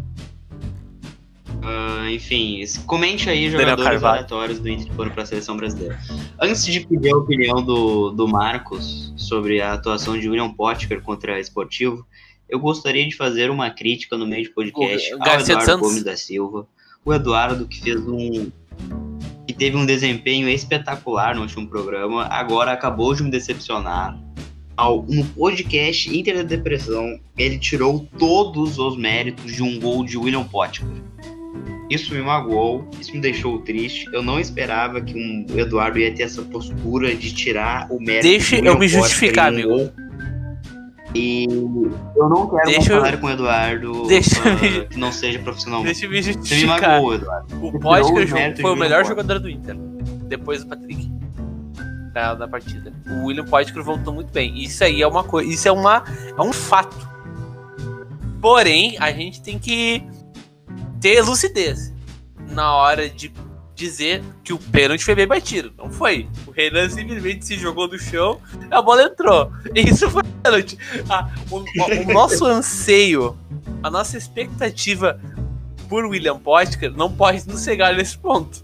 Enfim, comente aí jogadores aleatórios do Inter que foram para a seleção brasileira. Antes de pedir a opinião do Marcos sobre a atuação de William Potker contra a Esportivo, eu gostaria de fazer uma crítica no meio de podcast ao Eduardo Gomes da Silva. O Eduardo que teve um desempenho espetacular no último programa, agora acabou de me decepcionar. No podcast Inter da Depressão, ele tirou todos os méritos de um gol de William Potker. Isso me magoou, isso me deixou triste. Eu não esperava que o Eduardo ia ter essa postura de tirar o mérito. Deixa eu me justificar, amigo. E eu não quero falar com o Eduardo que não seja profissionalmente. Deixa eu me justificar. Você me magoou, Eduardo. O Potker foi o melhor jogador do Inter, depois do Patrick. Da partida. O William Potker voltou muito bem. Isso aí é uma coisa. Isso é um fato. Porém, a gente tem que ter lucidez na hora de dizer que o pênalti foi bem batido. Não foi. O Renan simplesmente se jogou no chão e a bola entrou. Isso foi pênalti. O nosso anseio, a nossa expectativa por William Potker não pode nos cegar nesse ponto.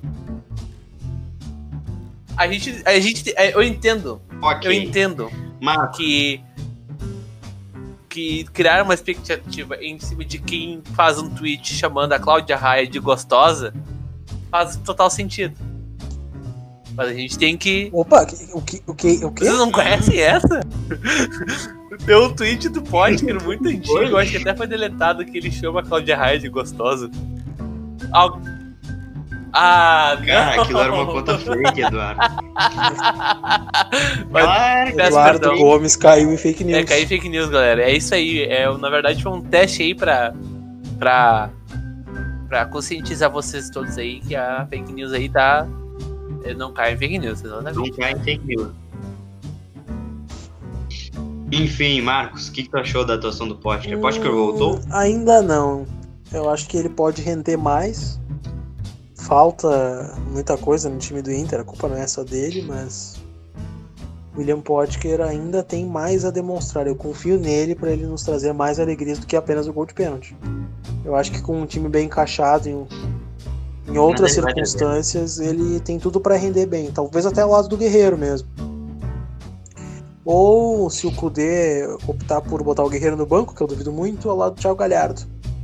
Eu entendo. Okay. Eu entendo que criar uma expectativa em cima de quem faz um tweet chamando a Cláudia Raia de gostosa faz total sentido. Mas a gente tem que... Opa, o quê? Vocês não conhecem essa? Tem um tweet do Potker muito antigo, eu acho que até foi deletado, que ele chama a Cláudia Raia de gostosa. Cara, aquilo era uma conta fake, Eduardo. Eduardo Gomes caiu em fake news. Caiu em fake news, galera. É isso aí. Na verdade, foi um teste aí pra conscientizar vocês todos aí que a fake news aí tá... Não cai em fake news, exatamente. Não cai em fake news. Enfim, Marcos, o que tu achou da atuação do Potker? Potker voltou? Ainda não. Eu acho que ele pode render mais. Falta muita coisa no time do Inter, a culpa não é só dele, mas William Potker ainda tem mais a demonstrar. Eu confio nele para ele nos trazer mais alegrias do que apenas o gol de pênalti. Eu acho que com um time bem encaixado Em outras Mas ele vai circunstâncias, ele tem tudo pra render bem. Talvez até ao lado do Guerreiro mesmo. Ou, se o Kudê optar por botar o Guerreiro no banco, que eu duvido muito, ao lado do Thiago Galhardo.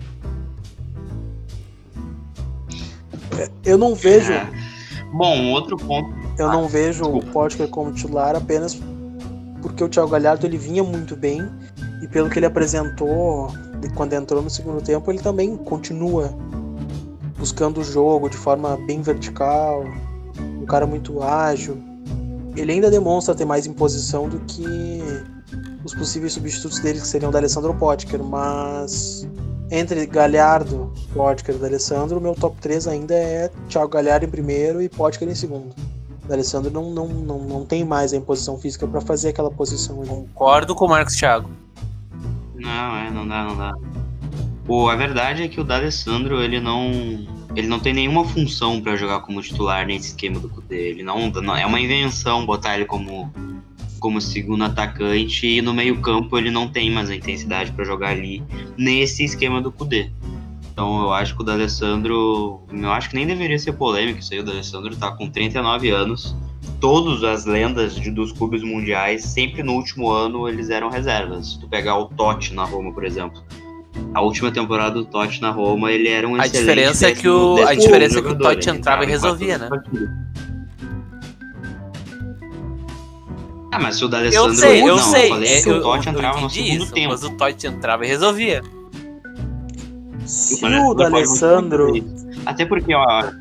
Eu não vejo... Bom, um outro ponto... Eu não vejo desculpa. o Potker como titular apenas porque o Thiago Galhardo ele vinha muito bem e pelo que ele apresentou quando entrou no segundo tempo, ele também continua buscando o jogo de forma bem vertical, um cara muito ágil. Ele ainda demonstra ter mais imposição do que os possíveis substitutos dele, que seriam o D'Alessandro ou o Potker, mas entre Galhardo, Potker e D'Alessandro, o meu top 3 ainda é Thiago Galhardo em primeiro e Potker em segundo. O D'Alessandro não tem mais a imposição física para fazer aquela posição ali. Concordo com o Marcos Thiago. Não dá. A verdade é que o D'Alessandro, ele não tem nenhuma função para jogar como titular nesse esquema do Kudê. Ele não é uma invenção botar ele como segundo atacante, e no meio campo ele não tem mais a intensidade para jogar ali nesse esquema do Kudê. Então eu acho que o D'Alessandro, eu acho que nem deveria ser polêmico isso aí. O D'Alessandro tá com 39 anos, todas as lendas dos clubes mundiais, sempre no último ano eles eram reservas. Se tu pegar o Totti na Roma, por exemplo, a última temporada do Totti na Roma, ele era um excelente... A diferença é que o Totti entrava e resolvia, né? Mas se o D'Alessandro... Eu sei. Eu falei que o Totti entrava no segundo tempo. Mas o Totti entrava e resolvia. Se o D'Alessandro... Até porque,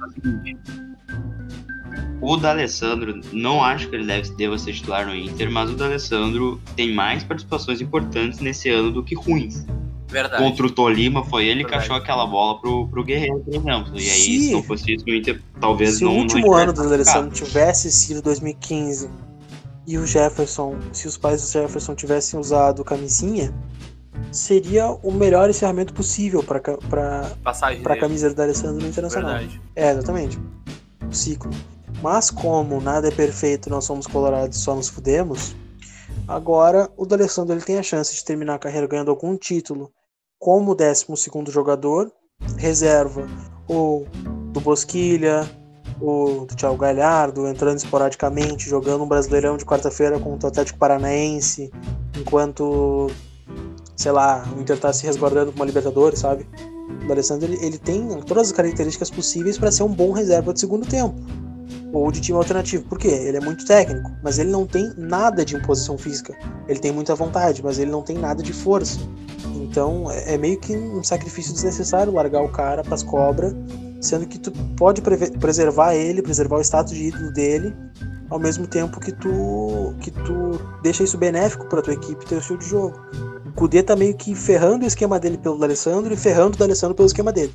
o D'Alessandro, não acho que ele deva ser titular no Inter, mas o D'Alessandro tem mais participações importantes nesse ano do que ruins. Verdade. Contra o Tolima, foi ele que achou aquela bola pro Guerreiro, por exemplo. E aí, se não fosse isso, o Inter talvez se não... Se o último ano do D'Alessandro tivesse sido 2015 e o Jefferson, se os pais do Jefferson tivessem usado camisinha, seria o melhor encerramento possível para a camisa do D'Alessandro no Internacional. Verdade. Exatamente. O ciclo. Mas como nada é perfeito, nós somos colorados e só nos fudemos, agora o D'Alessandro ele tem a chance de terminar a carreira ganhando algum título como 12º jogador, reserva ou do Bosquilha, ou do Thiago Galhardo, entrando esporadicamente, jogando um Brasileirão de quarta-feira contra o Atlético Paranaense, enquanto, sei lá, o Inter tá se resguardando com uma Libertadores, sabe? O D'Alessandro ele tem todas as características possíveis para ser um bom reserva de segundo tempo, ou de time alternativo. Por quê? Ele é muito técnico, mas ele não tem nada de imposição física. Ele tem muita vontade, mas ele não tem nada de força. Então é meio que um sacrifício desnecessário largar o cara pras cobras, sendo que tu pode preservar o status de ídolo dele, ao mesmo tempo que tu deixa isso benéfico pra tua equipe e teu estilo de jogo. O Kudê tá meio que ferrando o esquema dele pelo D'Alessandro e ferrando o D'Alessandro pelo esquema dele.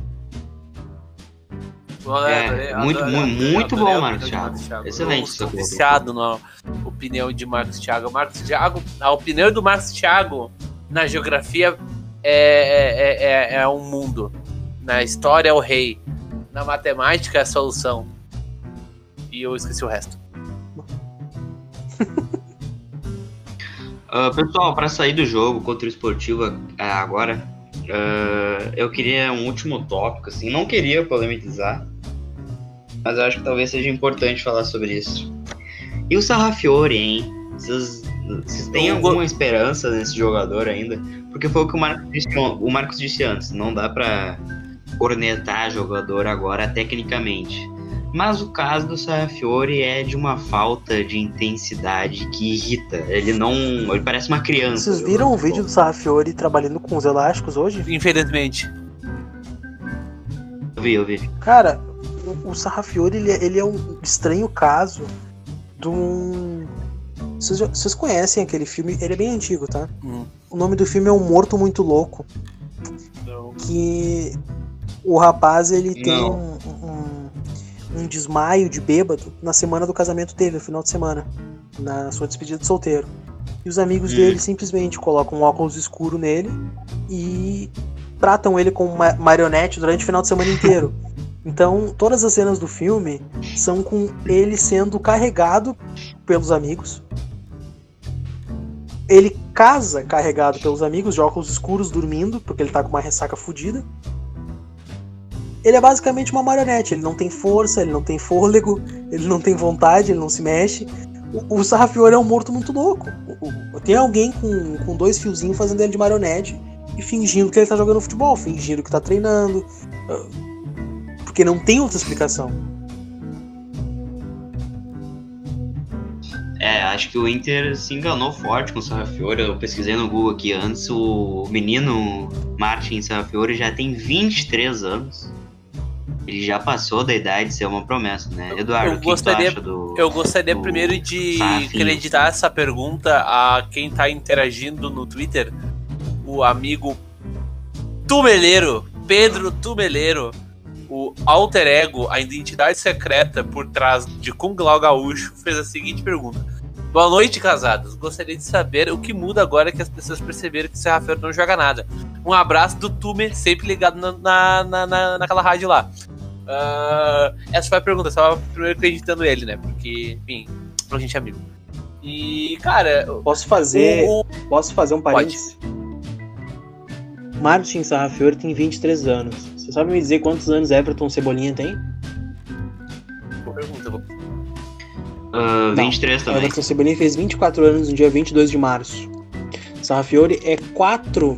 Muito bom, Marcos Thiago. Excelente. Estou viciado na opinião de Marcos Thiago. A opinião do Marcos Thiago na geografia é um mundo. Na história é o rei. Na matemática é a solução. E eu esqueci o resto. Pessoal, para sair do jogo contra o Sportivo agora, eu queria um último tópico, assim, não queria polemizar, mas eu acho que talvez seja importante falar sobre isso. E o Sarrafiori, hein? Vocês têm alguma esperança nesse jogador ainda? Porque foi o que o Marcos disse antes, não dá pra cornetar jogador agora tecnicamente. Mas o caso do Sarrafiori é de uma falta de intensidade que irrita. Ele parece uma criança. Vocês viram o vídeo do Sarrafiori trabalhando com os elásticos hoje? Infelizmente. Eu vi. Cara, o Sarrafiori ele é um estranho caso de um... Vocês conhecem aquele filme? Ele é bem antigo, tá? O nome do filme é Um Morto Muito Louco. Não. Que o rapaz ele tem um desmaio de bêbado na semana do casamento dele, no final de semana, na sua despedida de solteiro. E os amigos dele simplesmente colocam um óculos escuro nele e tratam ele como marionete durante o final de semana inteiro. Então, todas as cenas do filme são com ele sendo carregado pelos amigos. Ele casa carregado pelos amigos, de óculos escuros, dormindo, porque ele tá com uma ressaca fodida. ele é basicamente uma marionete. Ele não tem força, ele não tem fôlego, ele não tem vontade, ele não se mexe. O Sarrafiore é um morto muito louco. Tem alguém com 2 fiozinhos fazendo ele de marionete e fingindo que ele tá jogando futebol, fingindo que tá treinando. Porque não tem outra explicação. Acho que o Inter se enganou forte com o Sarrafiore. Eu pesquisei no Google aqui antes. O menino Martin Sarrafiore já tem 23 anos. Ele já passou da idade de ser uma promessa, né? Eduardo, eu gostaria primeiro de acreditar essa pergunta a quem tá interagindo no Twitter. O amigo Tumeleiro, Pedro Tumeleiro, o alter ego, a identidade secreta por trás de Kung Lao Gaúcho, fez a seguinte pergunta: boa noite, casados. Gostaria de saber o que muda agora que as pessoas perceberam que o Sarrafiore não joga nada. Um abraço do Tume, sempre ligado naquela rádio lá. Essa foi a pergunta, só primeiro acreditando ele, né? Porque, enfim, a gente é amigo. E, cara... Posso fazer um parênteses? Martin Sarrafiore tem 23 anos. Você sabe me dizer quantos anos Everton Cebolinha tem? Boa pergunta. 23 também. Everton Cebolinha fez 24 anos no dia 22 de março. Sarrafiore é 4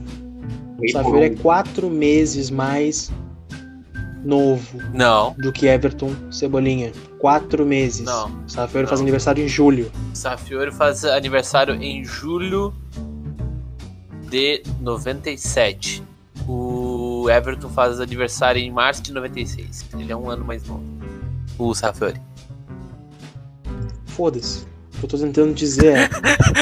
meses mais novo do que Everton Cebolinha. 4 meses. Não. Sarrafiore faz aniversário em julho. Sarrafiore faz aniversário em julho de 97. O Everton faz aniversário em março de 96. Ele é um ano mais novo. O Sarrafiore. Foda-se. O que eu tô tentando dizer é...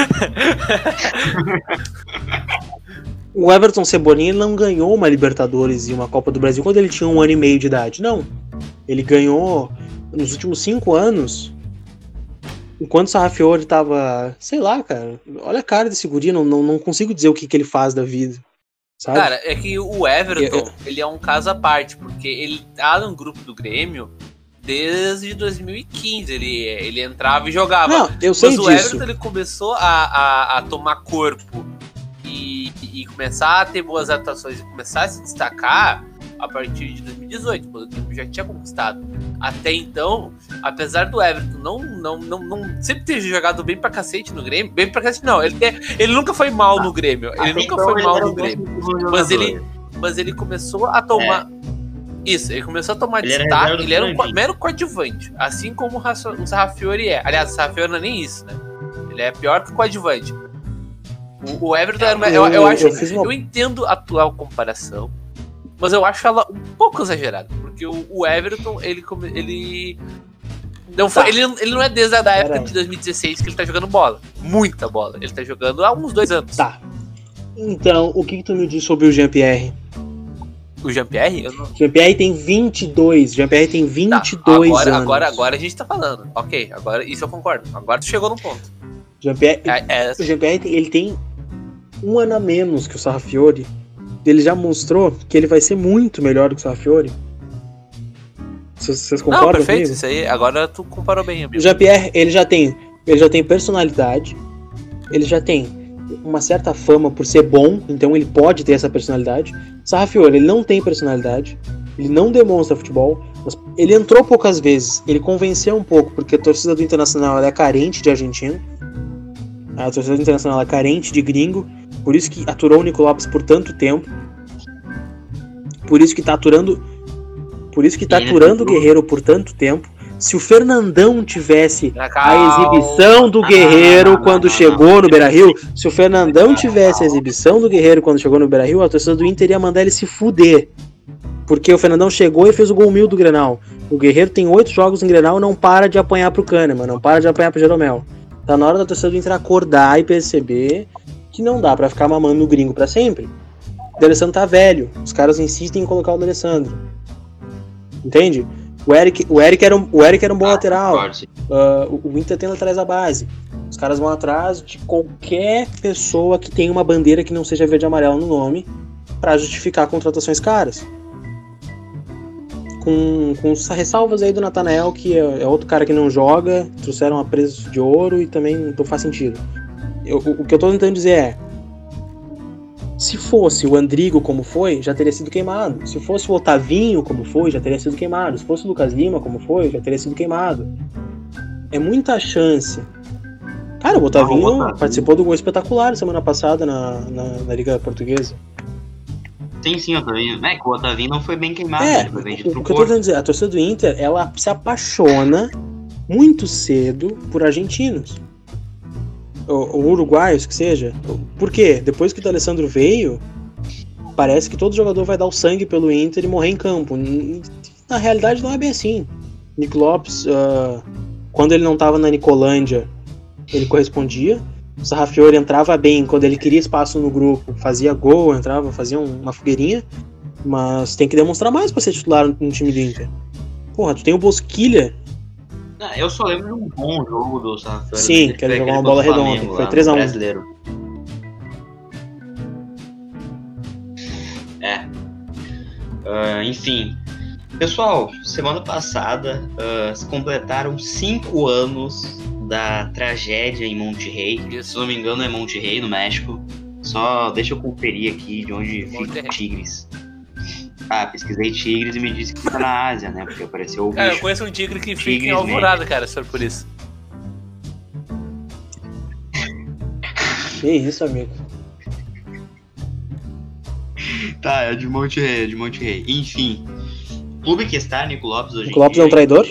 O Everton Cebolinha não ganhou uma Libertadores e uma Copa do Brasil quando ele tinha 1 ano e meio de idade. Não. Ele ganhou nos últimos 5 anos, enquanto o Sarrafiore tava... Sei lá, cara. Olha a cara desse guri. Não consigo dizer o que ele faz da vida. Sabe? Cara, é que o Everton, ele é um caso à parte, porque ele tá no grupo do Grêmio desde 2015. Ele entrava e jogava. Não, eu sei mas disso. O Everton, ele começou a tomar corpo e começar a ter boas atuações e começar a se destacar a partir de 2018, quando o Grêmio já tinha conquistado. Até então, apesar do Everton não sempre ter jogado bem pra cacete no Grêmio, bem pra cacete não, ele nunca foi mal no Grêmio, mas ele começou a tomar... Isso, ele começou a tomar destaque, ele era um mero coadjuvante, assim como o Sarrafiore é. Aliás, o Sarrafiore não é nem isso, né? Ele é pior que o coadjuvante. O Everton eu entendo a atual comparação, mas eu acho ela um pouco exagerada, porque o Everton, ele não é desde a época de 2016 que ele tá jogando bola, muita bola, ele tá jogando há uns 2 anos. Tá. Então, o que tu me diz sobre o Jean-Pierre? O Jean-Pierre? Jean-Pierre tem 22. Jean-Pierre tem 22 anos. Agora a gente tá falando. Ok, agora isso eu concordo. Agora tu chegou no ponto. O Jean-Pierre ele tem 1 ano a menos que o Sarrafiore. Ele já mostrou que ele vai ser muito melhor do que o Sarrafiore. Vocês concordam? Não, perfeito, comigo? Isso aí. Agora tu comparou bem, amigo. O Jean-Pierre, ele já tem personalidade. Ele já tem uma certa fama por ser bom, então ele pode ter essa personalidade. Sarrafiore, ele não tem personalidade, ele não demonstra futebol, mas ele entrou poucas vezes, ele convenceu um pouco, porque a torcida do Internacional ela é carente de argentino, a torcida do Internacional é carente de gringo, por isso que aturou o Nico Lopes por tanto tempo, por isso que tá aturando o Guerreiro por tanto tempo. Se o Fernandão tivesse a exibição do Guerreiro quando chegou no Beira-Rio, se o Fernandão tivesse a exibição do Guerreiro quando chegou no Beira-Rio, a torcida do Inter ia mandar ele se fuder. Porque o Fernandão chegou e fez o gol 1000 do Grenal. O Guerreiro tem 8 jogos em Grenal e não para de apanhar pro Kahneman, não para de apanhar pro Jeromel. Tá na hora da torcida do Inter acordar e perceber que não dá pra ficar mamando no gringo pra sempre. O D'Alessandro tá velho, os caras insistem em colocar o D'Alessandro. Entende? O Eric era um bom lateral. O Inter tem laterais à base. Os caras vão atrás de qualquer pessoa que tenha uma bandeira que não seja verde e amarelo no nome pra justificar contratações caras. Com ressalvas aí do Natanael, que é outro cara que não joga, trouxeram a preço de ouro e também não faz sentido. O que eu tô tentando dizer é: Se fosse o Andrigo como foi, já teria sido queimado. Se fosse o Otavinho como foi, já teria sido queimado. Se fosse o Lucas Lima como foi, já teria sido queimado. É muita chance. Cara, o Otavinho participou do gol espetacular semana passada na Liga Portuguesa. Sim, o Otavinho. É que o Otavinho não foi bem queimado, É, ele foi vendido pro o que eu tô Porto. querendo dizer, a torcida do Inter, ela se apaixona muito cedo por argentinos. Ou uruguaios, que seja. Por quê? Depois que o D'Alessandro veio, parece que todo jogador vai dar o sangue pelo Inter e morrer em campo. Na realidade não é bem assim. Nick Lopes, quando ele não tava na Nicolândia, ele correspondia. O Sarrafiori entrava bem quando ele queria espaço no grupo, fazia gol, entrava, fazia uma fogueirinha. Mas tem que demonstrar mais pra ser titular no time do Inter. Porra, tu tem o Bosquilha. Eu só lembro de um bom jogo do Sarrafiori. Sim, que ele jogou uma bola redonda. Foi 3-1. Brasileiro. Enfim. Pessoal, semana passada se completaram 5 anos da tragédia em Monterrey. Se não me engano é Monterrey, no México. Só deixa eu conferir aqui de onde fica o Tigres. Pesquisei Tigres e me disse que fica na Ásia, né? Porque apareceu o bicho. Cara, eu conheço um tigre que fica em Alvorada, cara, só por isso. Que isso, amigo. Tá, é de Monterrey. Enfim, o clube que está, Nico Lopes hoje Nico Lopes é um traidor?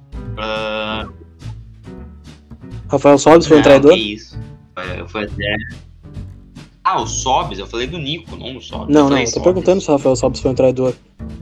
Rafael Sobis foi um traidor? Que isso. Foi até... o Sobis, eu falei do Nico, não do Sobis. Não, eu tô perguntando se o Rafael Sobis foi um traidor.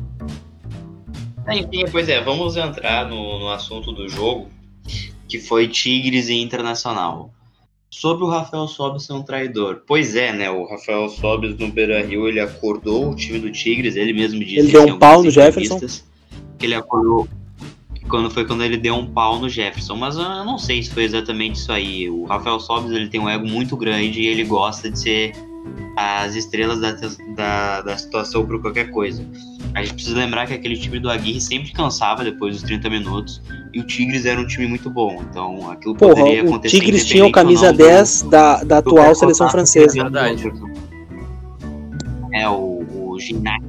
Enfim, pois é, vamos entrar no assunto do jogo, que foi Tigres e Internacional. Sobre o Rafael Sobis ser um traidor. Pois é, né, o Rafael Sobis no Beira-Rio, ele acordou o time do Tigres, ele mesmo disse... Ele deu um pau no Jefferson? Que ele acordou... Quando ele deu um pau no Jefferson, mas eu não sei se foi exatamente isso aí. O Rafael Sobis, ele tem um ego muito grande e ele gosta de ser as estrelas da situação por qualquer coisa. A gente precisa lembrar que aquele time do Aguirre sempre cansava depois dos 30 minutos e oTigres era um time muito bom, então aquilo poderia acontecer. O Tigres tinha o camisa 10 da atual seleção francesa. Verdade. O Gignac.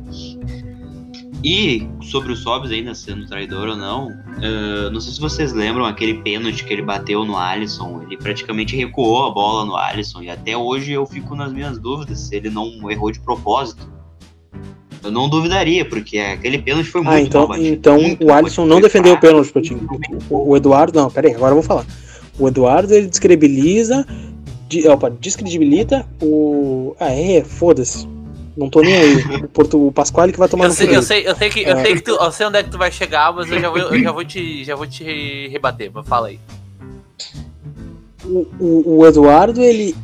E sobre o Sobis ainda sendo traidor ou não, não sei se vocês lembram aquele pênalti que ele bateu no Alisson. Ele praticamente recuou a bola no Alisson e até hoje eu fico nas minhas dúvidas se ele não errou de propósito. Eu não duvidaria, porque aquele pênalti foi muito mal batido. Então o Alisson não defendeu o pênalti pro time. O Eduardo, não, peraí, agora eu vou falar. O Eduardo, ele descredibiliza o... foda-se. Não tô nem aí. O Pasquale que vai tomar no cu. Eu sei onde é que tu vai chegar, mas eu já vou te rebater, mas fala aí. O Eduardo,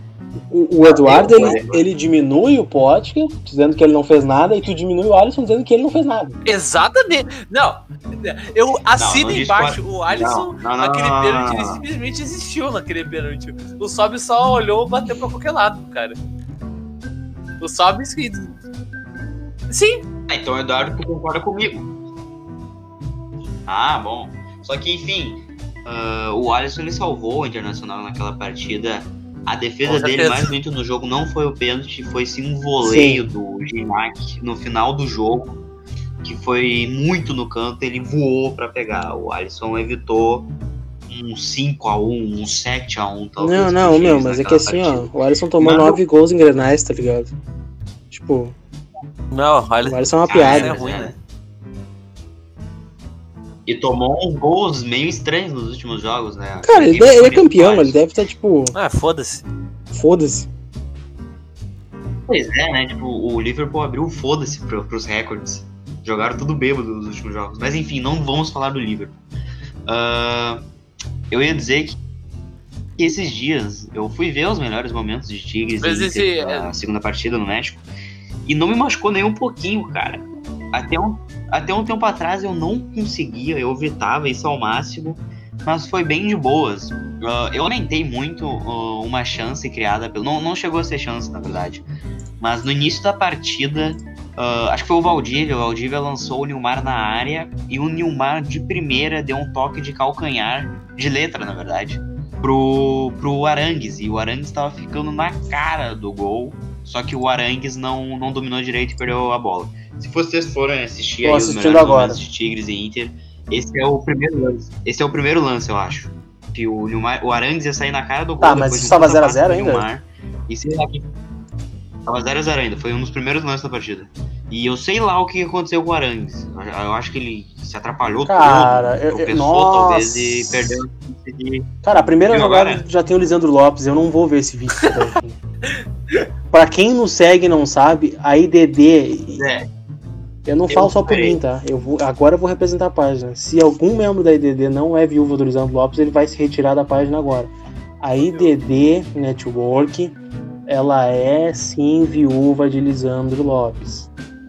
ele diminui o Potker, dizendo que ele não fez nada, e tu diminui o Alisson dizendo que ele não fez nada. Exatamente. Não, eu assino embaixo. O Alisson, aquele pênalti, ele simplesmente existiu naquele pênalti. O Sobis só olhou e bateu pra qualquer lado, cara. O Sobis que... Sim. Então o Eduardo concorda comigo. Bom. Só que, enfim, o Alisson, ele salvou o Internacional naquela partida. A defesa dele mais bonita no jogo não foi o pênalti, foi sim um voleio do Gignac no final do jogo, que foi muito no canto, ele voou pra pegar. O Alisson evitou um 5-1, um 7-1, talvez. Não, mas é que assim, partida. O Alisson tomou 9 gols em Grenais, tá ligado? Tipo... Não, o Alisson é uma piada. É ruim, né? E tomou uns gols meio estranhos nos últimos jogos, né? Cara, ele é campeão, ele deve estar tipo... foda-se. Foda-se. Pois é, né? Tipo, o Liverpool abriu o foda-se pros recordes. Jogaram tudo bêbado nos últimos jogos. Mas enfim, não vamos falar do Liverpool. Eu ia dizer que esses dias eu fui ver os melhores momentos de Tigres na segunda partida no México e não me machucou nem um pouquinho, cara. Até um tempo atrás eu não conseguia, eu evitava isso ao máximo, mas foi bem de boas. Eu lamentei muito uma chance criada pelo... Não chegou a ser chance, na verdade. Mas no início da partida, acho que foi o Valdívia lançou o Nilmar na área e o Nilmar de primeira deu um toque de calcanhar, de letra, na verdade, pro Arangues. E o Arangues estava ficando na cara do gol. só que o Arangues não dominou direito e perdeu a bola. Se vocês forem assistir Tô aí os assistindo melhores agora. momentos de Tigres e Inter, esse é o primeiro lance, eu acho. Que o Arangues ia sair na cara do gol. Tá, mas depois de isso tava puta passe 0x0 do ainda? Nilmar, e sei lá que... Tava 0x0 ainda, foi um dos primeiros lances da partida. E eu sei lá o que aconteceu com o Arangues. Eu acho que ele se atrapalhou Cara, todo, tropeçou nossa. talvez e perdeu a chance de... Cara, a primeira Viu jogada agora? já tem o Lisandro Lopes, eu não vou ver esse vídeo. Pra quem nos segue e não sabe, a IDD... Eu não falo só por mim, tá? Agora eu vou representar a página. Se algum membro da IDD não é viúva do Lisandro Lopes, ele vai se retirar da página agora. A IDD Network, ela é sim viúva de Lisandro Lopes.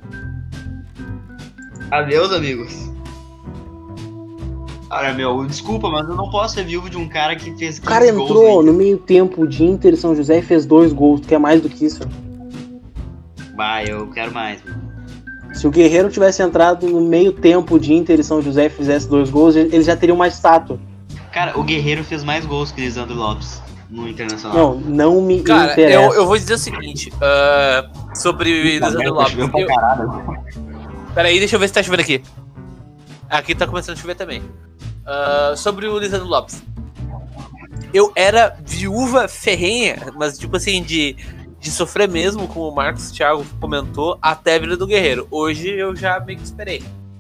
Adeus, amigos. Cara, desculpa, mas eu não posso ser viúvo de um cara que fez 15 O cara gols entrou no no meio tempo de Inter e São José e fez 2 gols. Tu quer mais do que isso? Bah, eu quero mais, mano. Se o Guerreiro tivesse entrado no meio tempo de Inter e São José e fizesse 2 gols, ele já teria uma estátua. Cara, o Guerreiro fez mais gols que Lisandro Lopes no Internacional. Não me Cara, interessa. eu vou dizer o seguinte, sobre Lisandro Lopes. Peraí, deixa eu ver se tá chovendo aqui. Aqui tá começando a chover também. Sobre o Lisandro Lopes. Eu era viúva ferrenha, mas tipo assim, de sofrer mesmo, como o Marcos Thiago comentou, até a vida do Guerreiro. Hoje eu já meio que esperei.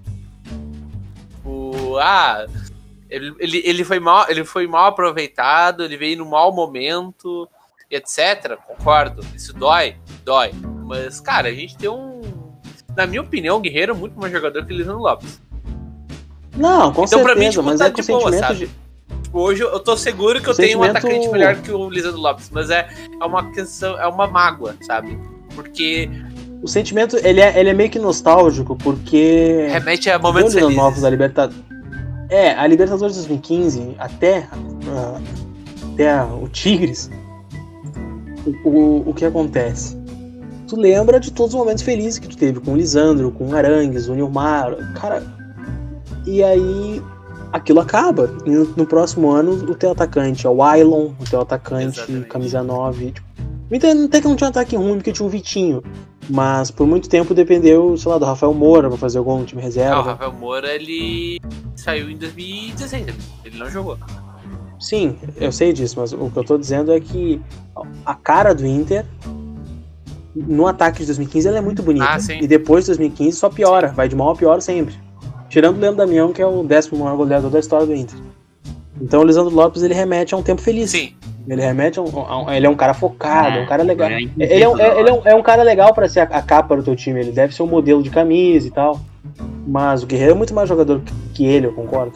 Ele foi mal aproveitado, ele veio no mau momento, etc. Concordo, isso dói. Mas, cara, a gente tem na minha opinião, o Guerreiro é muito mais jogador que o Lisandro Lopes. Não, com então, certeza, pra mim, tipo, mas tá é com de boa, sentimento sabe? Tipo, hoje eu tô seguro que eu tenho um atacante melhor que o Lisandro Lopes, mas é uma questão, é uma mágoa, sabe? Porque o sentimento, ele é meio que nostálgico, porque remete a momentos felizes. novos da Libertadores. A Libertadores 2015 até o Tigres, o que acontece? Tu lembra de todos os momentos felizes que tu teve com o Lisandro, com o Arangues, o Nilmar, cara. E aí aquilo acaba. E no próximo ano o teu atacante é o Ailon, o teu atacante Exatamente. Camisa 9. Tipo, até que não tinha um ataque ruim, porque tinha o Vitinho. Mas por muito tempo dependeu, sei lá, do Rafael Moura pra fazer algum time reserva. O Rafael Moura, ele saiu em 2016, ele não jogou. Sim, eu sei disso, mas o que eu tô dizendo é que a cara do Inter no ataque de 2015 ela é muito bonita. E depois de 2015 só piora, vai de mal a pior sempre. Tirando o Leandro Damião, que é o 10º maior goleador da história do Inter. Então o Lisandro Lopes, ele remete a um tempo feliz. Sim. Ele remete ele é um cara focado, um cara legal. Ele é um cara legal pra ser a capa do teu time, ele deve ser um modelo de camisa e tal. Mas o Guerreiro é muito mais jogador que ele, eu concordo.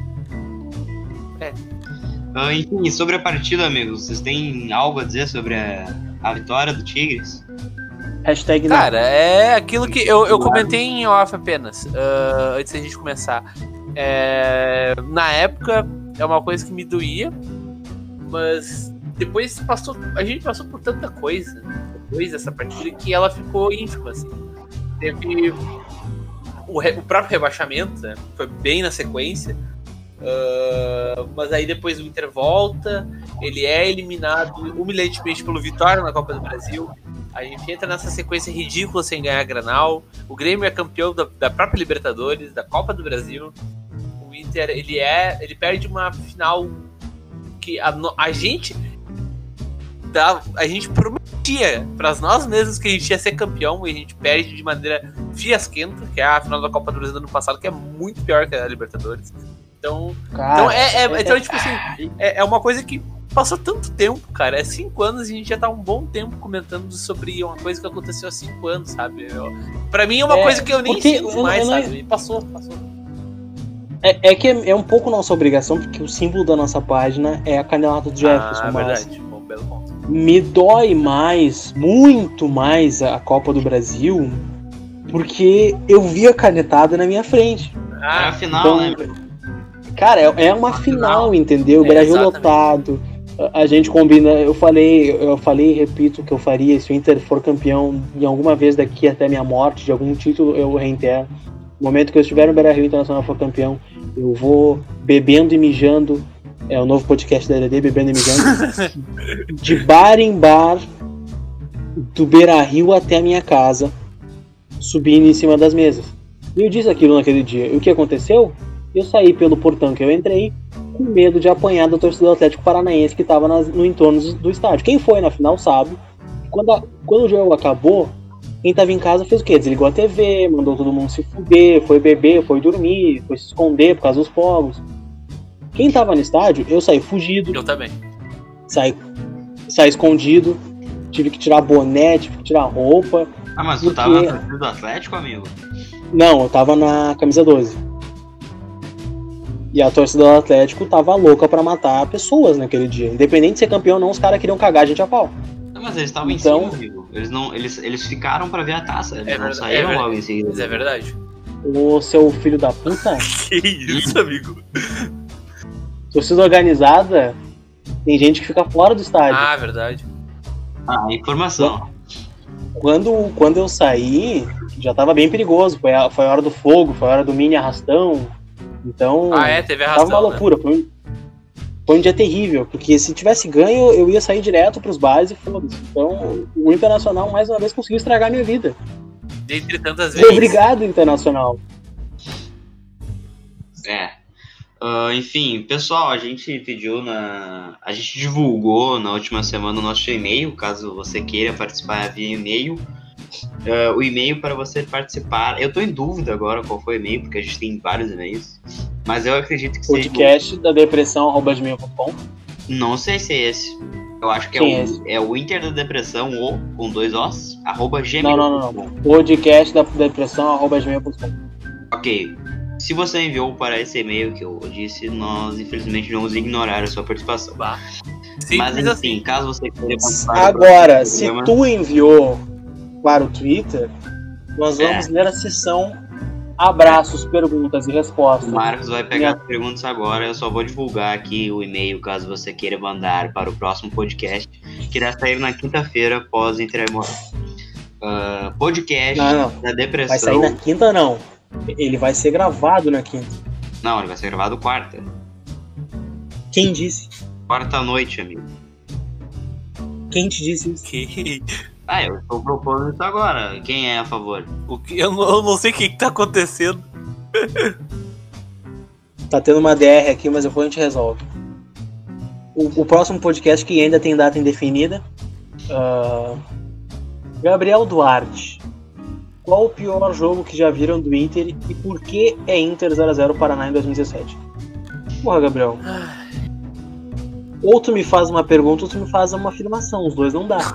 Enfim, sobre a partida, amigos, vocês têm algo a dizer sobre a vitória do Tigres? Hashtag Cara, é aquilo que eu comentei em off apenas, antes da gente começar. Na época, é uma coisa que me doía, mas depois a gente passou por tanta coisa depois dessa partida que ela ficou ínfima, assim. Teve o próprio rebaixamento, né? Foi bem na sequência, mas aí depois o Inter volta, ele é eliminado humilhantemente pelo Vitória na Copa do Brasil. A gente entra nessa sequência ridícula sem ganhar Granal. O Grêmio é campeão da própria Libertadores, da Copa do Brasil. O Inter, ele perde uma final que a gente prometia para nós mesmos que a gente ia ser campeão, e a gente perde de maneira fiasquenta, que é a final da Copa do Brasil do ano passado, que é muito pior que a Libertadores. Então, tipo assim, é uma coisa que passou tanto tempo, cara. 5 anos e a gente já tá um bom tempo comentando sobre uma coisa que aconteceu há 5 anos, sabe? Pra mim é uma coisa que eu nem sinto mais, sabe? Passou. Que é um pouco nossa obrigação, porque o símbolo da nossa página é a canelada do Jefferson. Verdade. Bom, belo ponto. Me dói muito mais a Copa do Brasil, porque eu vi a canetada na minha frente. Era a final, né? Cara, é uma final, entendeu? O Brasil lotado. A gente combina, eu falei e repito que eu faria se o Inter for campeão em alguma vez daqui até minha morte, de algum título, eu reitero. No momento que eu estiver no Beira-Rio Internacional for campeão, eu vou bebendo e mijando, o novo podcast da LD, bebendo e mijando, de bar em bar, do Beira-Rio até a minha casa, subindo em cima das mesas. E eu disse aquilo naquele dia. E o que aconteceu? Eu saí pelo portão que eu entrei com medo de apanhar da torcida do Atlético Paranaense que estava no entorno do estádio. Quem foi na final sabe. Quando o jogo acabou, quem estava em casa fez o quê? Desligou a TV, mandou todo mundo se fuder, foi beber, foi dormir, foi se esconder por causa dos fogos. Quem estava no estádio, eu saí fugido. Eu também. Saí escondido, tive que tirar boné, tive que tirar roupa. Ah, mas tu tava na torcida do Atlético, amigo? Não, eu tava na camisa 12. E a torcida do Atlético tava louca pra matar pessoas naquele dia. Independente de ser campeão ou não, os caras queriam cagar a gente a pau. Não, mas eles estavam Então- em cima, amigo. Eles ficaram pra ver a taça, eles não verdade, saíram logo em seguida. Mas é verdade. Ô, seu filho da puta, Que isso, amigo? torcida organizada, tem gente que fica fora do estádio. Ah, verdade. Ah, informação. Quando eu saí, já tava bem perigoso. Foi a hora do fogo, foi a hora do mini arrastão. Então, Teve tava arrastão, uma loucura. Foi um dia terrível, porque se tivesse ganho, eu ia sair direto pros bares e foda-se. Então, o Internacional, mais uma vez, conseguiu estragar a minha vida. Dentre tantas vezes. Obrigado, Internacional. Enfim, pessoal, a gente divulgou na última semana o nosso e-mail, caso você queira participar via e-mail. O e-mail para você participar, eu tô em dúvida agora qual foi o e-mail, porque a gente tem vários e-mails, mas eu acredito que Podcast da depressão@gmail.com. Não sei se é esse. Eu acho que é o Inter da Depressão, ou com 2 Os, @gmail.com. Não. Podcast da depressão@gmail.com. Ok. Se você enviou para esse e-mail que eu disse, nós infelizmente vamos ignorar a sua participação. Bah. Mas Simples enfim, assim. caso você queira participar... Agora, do se programa, tu enviou para o Twitter, nós vamos ler a sessão abraços, perguntas e o respostas. Marcos vai pegar as perguntas agora, eu só vou divulgar aqui o e-mail caso você queira mandar para o próximo podcast, que irá sair na quinta-feira após Inter podcast Não. da Depressão. Vai sair na quinta, não. Ele vai ser gravado na quinta. Não, ele vai ser gravado quarta. Quem disse? Quarta noite, amigo. Quem te disse isso? Eu estou propondo isso agora. Quem é a favor? Eu não sei o que tá acontecendo. Tá tendo uma DR aqui, mas depois a gente resolve. O próximo podcast, que ainda tem data indefinida. Gabriel Duarte. Qual o pior jogo que já viram do Inter e por que é Inter 0x0 Paraná em 2017? Porra, Gabriel. Ou tu me faz uma pergunta ou tu me faz uma afirmação. Os dois não dá.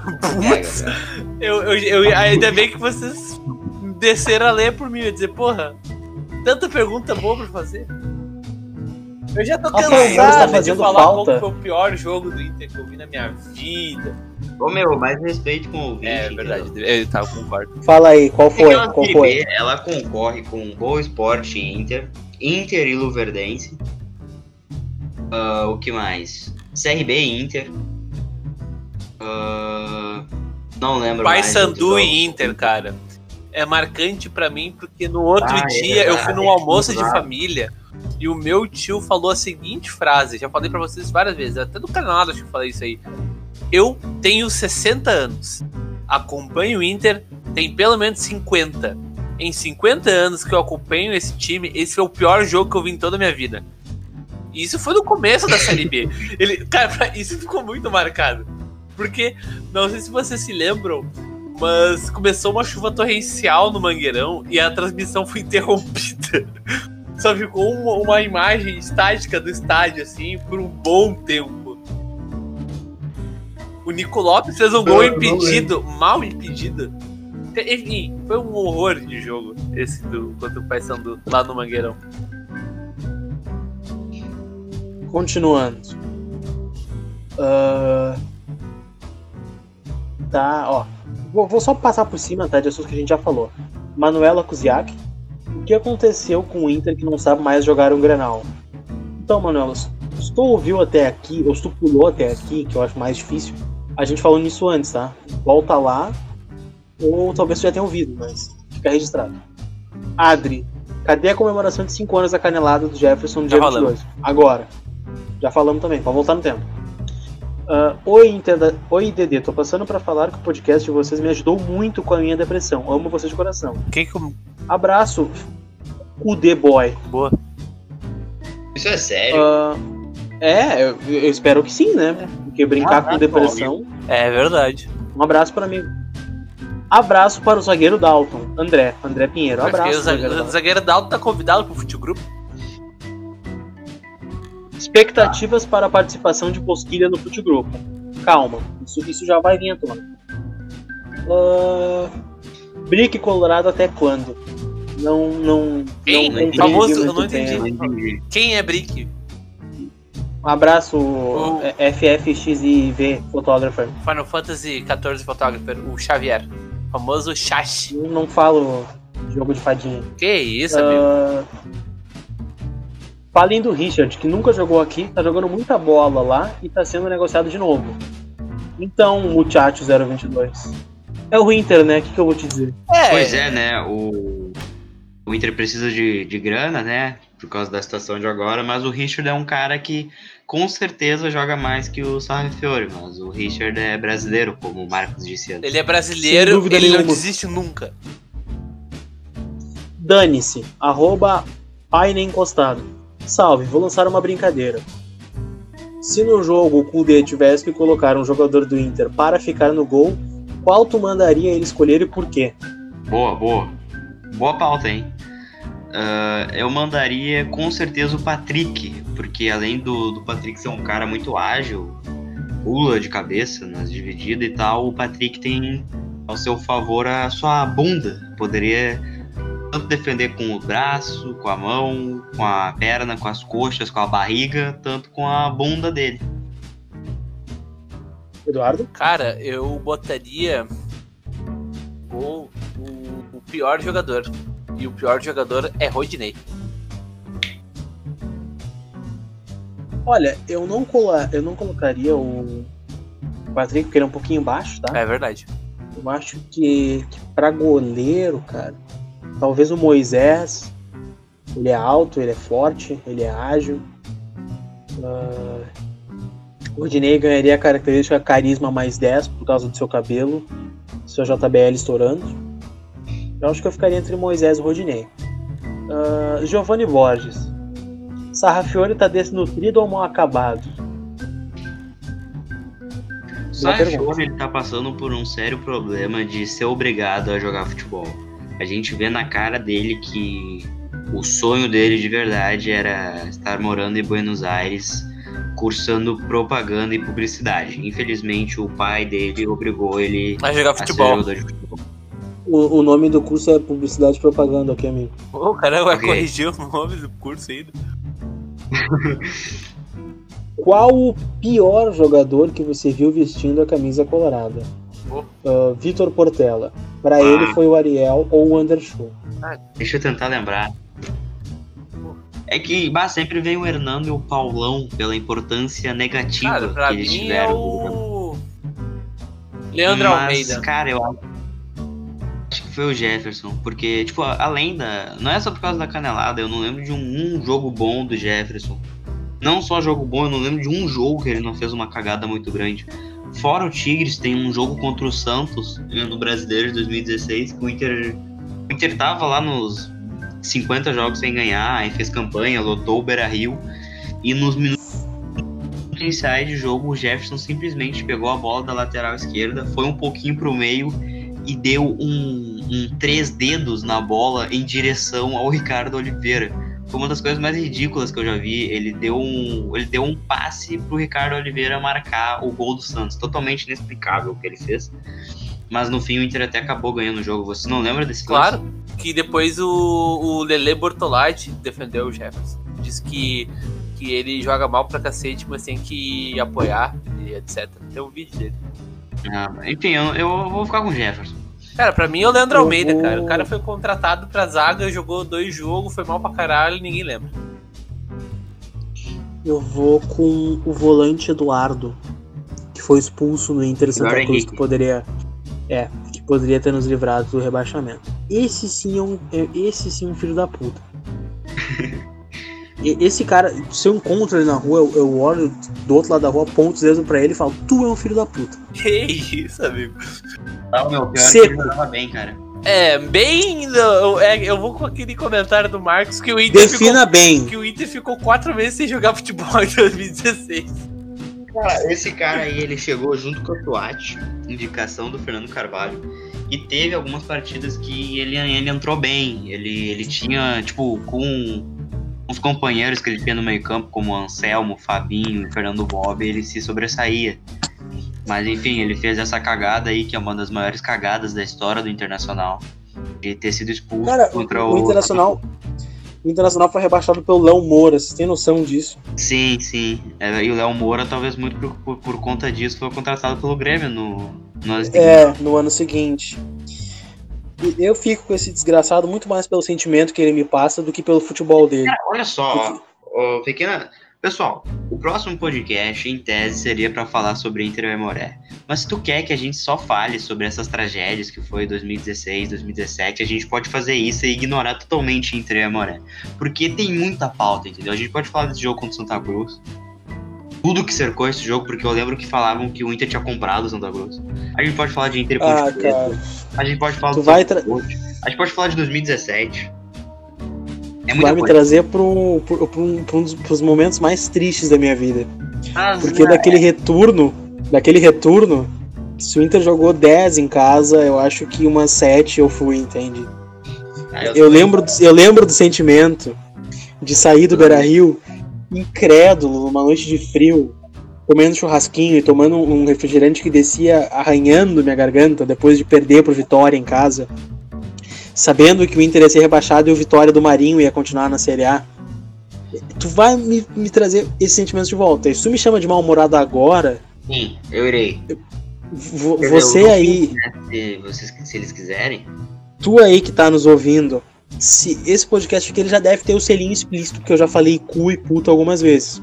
Ainda bem que vocês desceram a ler por mim. Eu ia dizer, porra, tanta pergunta boa pra fazer. Eu já tô Rafael, cansado tá de fazendo falar falta. qual foi o pior jogo do Inter que eu vi na minha vida. Ô meu, mais respeito com o ouvinte. É verdade, eu concordo. Fala aí, qual foi? Aquela Qual Série foi? B, ela concorre com Boa Esporte e Inter e Luverdense. O que mais? CRB e Inter. Não lembro mais. Paysandu outros e jogos. Inter, cara. É marcante pra mim porque no outro dia eu fui num verdade, almoço de exato. família e o meu tio falou a seguinte frase. Já falei pra vocês várias vezes, até no canal acho que eu falei isso aí. Eu tenho 60 anos, acompanho o Inter, tem pelo menos 50. Em 50 anos que eu acompanho esse time, esse foi o pior jogo que eu vi em toda a minha vida. E isso foi no começo da Série B. Cara, isso ficou muito marcado. Porque, não sei se vocês se lembram, mas começou uma chuva torrencial no Mangueirão e a transmissão foi interrompida. Só ficou uma imagem estática do estádio, assim, por um bom tempo. O Nico Lopes fez um gol impedido, mal impedido. Enfim, foi um horror de jogo esse contra o Paysandu lá no Mangueirão. Continuando. Tá, ó. Vou só passar por cima, tá? De assuntos que a gente já falou. Manuela Kuziak. O que aconteceu com o Inter que não sabe mais jogar um Grenal? Então, Manuela, se tu ouviu até aqui, ou se tu pulou até aqui, que eu acho mais difícil, a gente falou nisso antes, tá? Volta lá, ou talvez tu já tenha ouvido, mas fica registrado. Adri, cadê a comemoração de 5 anos da canelada do Jefferson no dia 22? Agora. Já falamos também, pode voltar no tempo. Oi, Dedê, tô passando pra falar que o podcast de vocês me ajudou muito com a minha depressão. Amo vocês de coração. Que Abraço, o The Boy. boa. Isso é sério? Eu espero que sim, né? Porque brincar com depressão. É verdade. Um abraço para mim. Abraço para o zagueiro Dalton, André Pinheiro. Abraço. O zagueiro Dalton tá convidado pro Futegrupo. Expectativas para a participação de Bosquilha no Futegrupo. Calma, isso já vai vir, mano. Brick Colorado até quando? Não. Quem? Não Famoso, entendi eu não muito bem. entendi. Quem é Brick? Um abraço, FFXIV, fotógrafo. Final Fantasy XIV Photographer, o Xavier. Famoso Xaxi. Eu não falo jogo de fadinha. Que isso, amigo? Falem do Richard, que nunca jogou aqui, tá jogando muita bola lá e tá sendo negociado de novo. Então, muchacho 022. É o Inter, né? O que eu vou te dizer? Pois é, né? O Inter precisa de grana, né? Por causa da situação de agora, mas o Richard é um cara que com certeza joga mais que o Sarrafiore, mas o Richard é brasileiro, como o Marcos disse antes. Ele é brasileiro, dúvida ele não nenhuma. desiste nunca. Dane-se, @pai nem encostado. Salve, vou lançar uma brincadeira. Se no jogo o Kudê tivesse que colocar um jogador do Inter para ficar no gol, qual tu mandaria ele escolher e por quê? Boa pauta, hein? Eu mandaria com certeza o Patrick, porque além do Patrick ser um cara muito ágil, pula de cabeça nas divididas e tal, o Patrick tem ao seu favor a sua bunda. Poderia tanto defender com o braço, com a mão, com a perna, com as coxas, com a barriga, tanto com a bunda dele. Eduardo? Cara, eu botaria o pior jogador. E o pior jogador é Rodinei. Olha, eu não colocaria o Patrick, porque ele é um pouquinho baixo, tá? É verdade. Eu acho que pra goleiro, cara, talvez o Moisés. Ele é alto, ele é forte, ele é ágil. O Rodinei ganharia a característica carisma mais 10 por causa do seu cabelo, seu JBL estourando. Eu acho que eu ficaria entre Moisés e Rodinei. Giovanni Borges. Sarrafiore tá desnutrido ou mal acabado? Sarrafiore, ele tá passando por um sério problema de ser obrigado a jogar futebol. A gente vê na cara dele que o sonho dele de verdade era estar morando em Buenos Aires, cursando propaganda e publicidade. Infelizmente, o pai dele obrigou ele a jogar futebol. ser jogador de futebol. O nome do curso é Publicidade e Propaganda, ok, amigo? O cara vai Ok. corrigir o nome do curso ainda. Qual o pior jogador que você viu vestindo a camisa colorada? Vitor Portela. Pra ele foi o Ariel ou o Anderson. Deixa eu tentar lembrar. É que sempre vem o Hernando e o Paulão pela importância negativa Cara, pra que eles mim é tiveram. o Leandro Almeida. Cara, eu acho que foi o Jefferson, porque, tipo, além da... Não é só por causa da canelada, eu não lembro de um jogo bom do Jefferson. Não só jogo bom, eu não lembro de um jogo que ele não fez uma cagada muito grande. Fora o Tigres, tem um jogo contra o Santos, no Brasileiro de 2016, que o Inter tava lá nos 50 jogos sem ganhar, aí fez campanha, lotou o Beira-Rio, e nos minutos iniciais de jogo, o Jefferson simplesmente pegou a bola da lateral esquerda, foi um pouquinho pro meio e deu um 3 dedos na bola em direção ao Ricardo Oliveira. Foi uma das coisas mais ridículas que eu já vi. Ele deu um passe pro Ricardo Oliveira marcar o gol do Santos. Totalmente inexplicável o que ele fez. Mas no fim o Inter até acabou ganhando o jogo. Você não lembra desse lance? Claro, que depois o Lele Bortolatti defendeu o Jefferson. Disse que ele joga mal pra cacete, mas tem que apoiar e etc. Tem um vídeo dele. Enfim, eu vou ficar com o Jefferson. Cara, pra mim é o Leandro Almeida, cara. O cara foi contratado pra zaga, jogou 2 jogos, foi mal pra caralho e ninguém lembra. Eu vou com o volante Eduardo, que foi expulso no Inter Santa Cruz, que poderia ter nos livrado do rebaixamento. Esse sim um filho da puta. Esse cara, se eu encontro ele na rua, eu olho do outro lado da rua, aponto os dedos pra ele e falo, tu é um filho da puta. Que isso, amigo? Ah, o meu pior Seco. que ele jogava bem, cara. Bem. Eu vou com aquele comentário do Marcos que o Inter Defina bem. que o Inter ficou 4 meses sem jogar futebol em 2016. Cara, esse cara aí, ele chegou junto com o Tuati, indicação do Fernando Carvalho, e teve algumas partidas que ele entrou bem. Ele tinha, tipo, com os companheiros que ele tinha no meio campo, como Anselmo, Fabinho e Fernando Bob, ele se sobressaía. Mas enfim, ele fez essa cagada aí, que é uma das maiores cagadas da história do Internacional, de ter sido expulso contra o Internacional. O Internacional foi rebaixado pelo Léo Moura, vocês têm noção disso? Sim. E o Léo Moura, talvez muito por conta disso, foi contratado pelo Grêmio no ano seguinte. E eu fico com esse desgraçado muito mais pelo sentimento que ele me passa do que pelo futebol dele. Cara, olha só, Pessoal, o próximo podcast, em tese, seria pra falar sobre Inter e Aimoré. Mas se tu quer que a gente só fale sobre essas tragédias que foi 2016, 2017, a gente pode fazer isso e ignorar totalmente Inter e Aimoré. Porque tem muita pauta, entendeu? A gente pode falar desse jogo contra o Santa Cruz. Tudo que cercou esse jogo, porque eu lembro que falavam que o Inter tinha comprado o Santa Cruz. A gente pode falar de Inter e Ponte Preta. A gente pode falar a gente pode falar de 2017. Vai me trazer para um dos momentos mais tristes da minha vida. Porque daquele retorno, se o Inter jogou 10 em casa, eu acho que umas 7 eu fui, entende? Eu lembro do sentimento de sair do Beira-Rio incrédulo, numa noite de frio, comendo churrasquinho e tomando um refrigerante que descia arranhando minha garganta depois de perder pro Vitória em casa, sabendo que o Inter ia ser rebaixado e o Vitória do Marinho ia continuar na Série A. Tu vai me trazer esses sentimentos de volta. E se tu me chama de mal-humorado agora... Sim, eu irei. Você aí... Se eles quiserem. Tu aí que tá nos ouvindo, se esse podcast aqui ele já deve ter o selinho explícito, porque eu já falei cu e puta algumas vezes.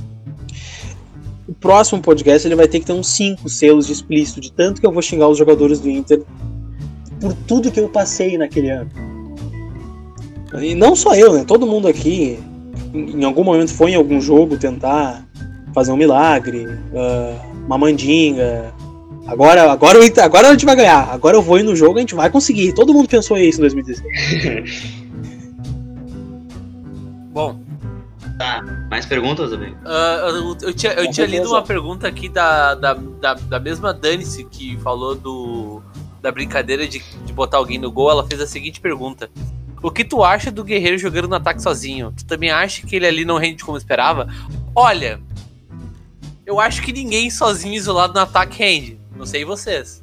O próximo podcast ele vai ter que ter uns 5 selos de explícito, de tanto que eu vou xingar os jogadores do Inter por tudo que eu passei naquele ano. E não só eu, né? Todo mundo aqui em algum momento foi em algum jogo tentar fazer um milagre, uma mandinga. Agora a gente vai ganhar. Agora eu vou ir no jogo, a gente vai conseguir. Todo mundo pensou isso em 2016. Bom. Tá, mais perguntas, amigo? Eu tinha lido uma pergunta aqui da mesma Danice, que falou da brincadeira de botar alguém no gol. Ela fez a seguinte pergunta: o que tu acha do Guerreiro jogando no ataque sozinho? Tu também acha que ele ali não rende como esperava? Olha, eu acho que ninguém sozinho, isolado no ataque rende. Não sei vocês.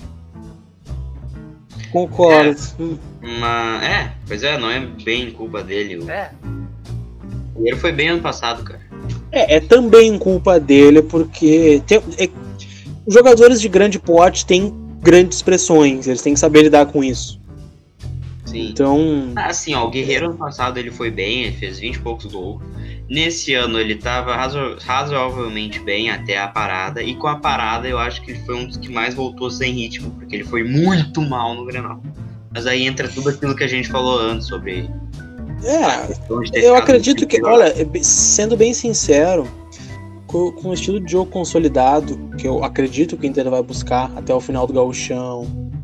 Concordo. Pois é, não é bem culpa dele. O Guerreiro foi bem ano passado, cara. É também culpa dele, porque os jogadores de grande porte têm grandes pressões, eles têm que saber lidar com isso. Sim. Então... Assim, o Guerreiro ano passado ele foi bem, ele fez 20 e poucos gols. Nesse ano ele tava razoavelmente bem até a parada, e com a parada eu acho que ele foi um dos que mais voltou sem ritmo, porque ele foi muito mal no Grenal. Mas aí entra tudo aquilo que a gente falou antes sobre... eu acredito que, olha, sendo bem sincero, com o estilo de jogo consolidado, que eu acredito que o Inter vai buscar até o final do Gauchão,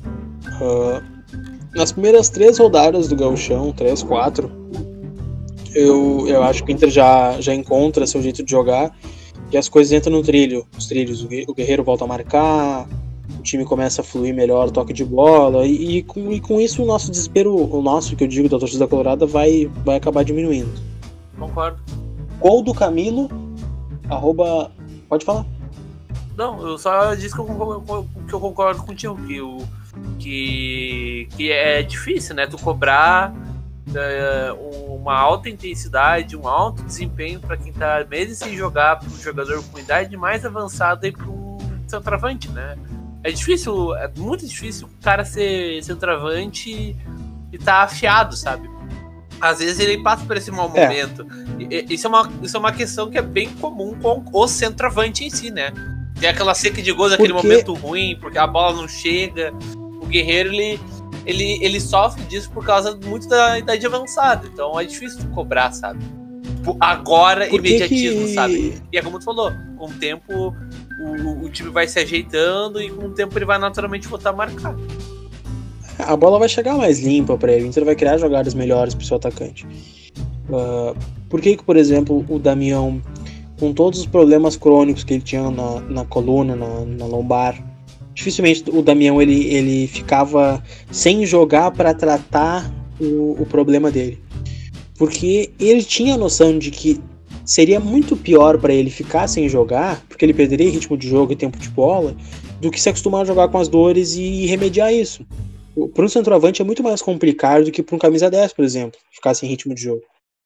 nas primeiras 3 rodadas do Gauchão, 3, 4, eu acho que o Inter já encontra seu jeito de jogar e as coisas entram no trilho. Os trilhos, o Guerreiro volta a marcar, o time começa a fluir melhor, toque de bola, e com isso o nosso desespero, que eu digo da torcida colorada, vai acabar diminuindo. Concordo. Gol do Camilo, Pode falar. Não, eu só disse que eu concordo contigo, que é difícil, né? Tu cobrar uma alta intensidade, um alto desempenho para quem tá meses sem jogar, para um jogador com idade mais avançada e para um centroavante, né? É difícil, é muito difícil o cara ser centroavante e tá afiado, sabe? Às vezes ele passa por esse mau momento. Isso é uma questão que é bem comum com o centroavante em si, né? Tem aquela seca de gols, aquele momento ruim, porque a bola não chega. O Guerreiro, ele sofre disso por causa muito da idade avançada. Então é difícil cobrar, sabe? Tipo, agora, Por que imediatismo, que- sabe? E é como tu falou, com o tempo o time vai se ajeitando e com o tempo ele vai naturalmente voltar a marcar. A bola vai chegar mais limpa pra ele, o Inter vai criar jogadas melhores pro seu atacante. Por que, por exemplo, o Damião, com todos os problemas crônicos que ele tinha na coluna, na lombar, dificilmente o Damião ele ficava sem jogar para tratar o problema dele. Porque ele tinha a noção de que seria muito pior para ele ficar sem jogar, porque ele perderia ritmo de jogo e tempo de bola, do que se acostumar a jogar com as dores e remediar isso. Para um centroavante é muito mais complicado do que para um camisa 10, por exemplo, ficar sem ritmo de jogo.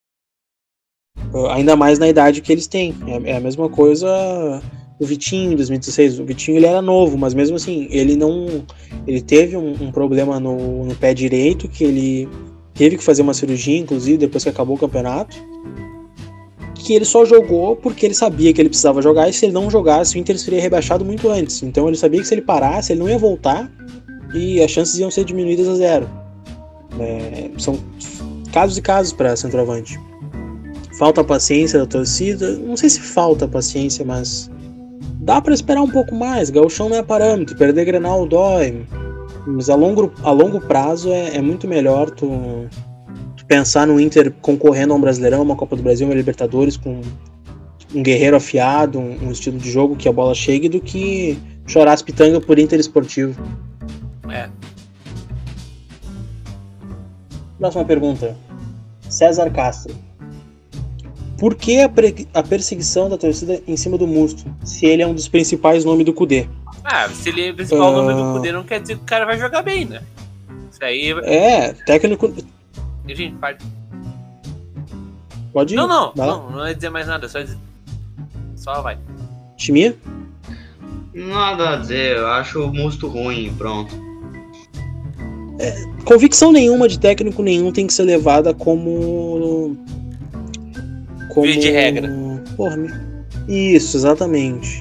Ainda mais na idade que eles têm. É a mesma coisa o Vitinho em 2016. O Vitinho ele era novo, mas mesmo assim, ele teve um problema no pé direito, que ele teve que fazer uma cirurgia, inclusive, depois que acabou o campeonato, que ele só jogou porque ele sabia que ele precisava jogar, e se ele não jogasse, o Inter seria rebaixado muito antes. Então ele sabia que se ele parasse, ele não ia voltar, e as chances iam ser diminuídas a 0. São casos e casos para centroavante. Falta paciência da torcida, não sei se falta paciência, mas dá para esperar um pouco mais. Gauchão não é parâmetro, perder Grenal dói, mas a longo prazo é muito melhor tu pensar no Inter concorrendo a um Brasileirão, uma Copa do Brasil, uma Libertadores, com um guerreiro afiado, um estilo de jogo que a bola chegue, do que chorar as pitangas por Inter esportivo. Próxima pergunta. César Castro. Por que a perseguição da torcida em cima do Musto, se ele é um dos principais nomes do Cudê? Se ele é o principal nome do Cudê, não quer dizer que o cara vai jogar bem, né? Isso aí... Técnico... Gente, Pode ir. Não ia dizer mais nada, só vai. Timia? Nada a dizer, eu acho o Musto ruim, pronto. Convicção nenhuma de técnico nenhum tem que ser levada como via de regra. Porra, isso, exatamente.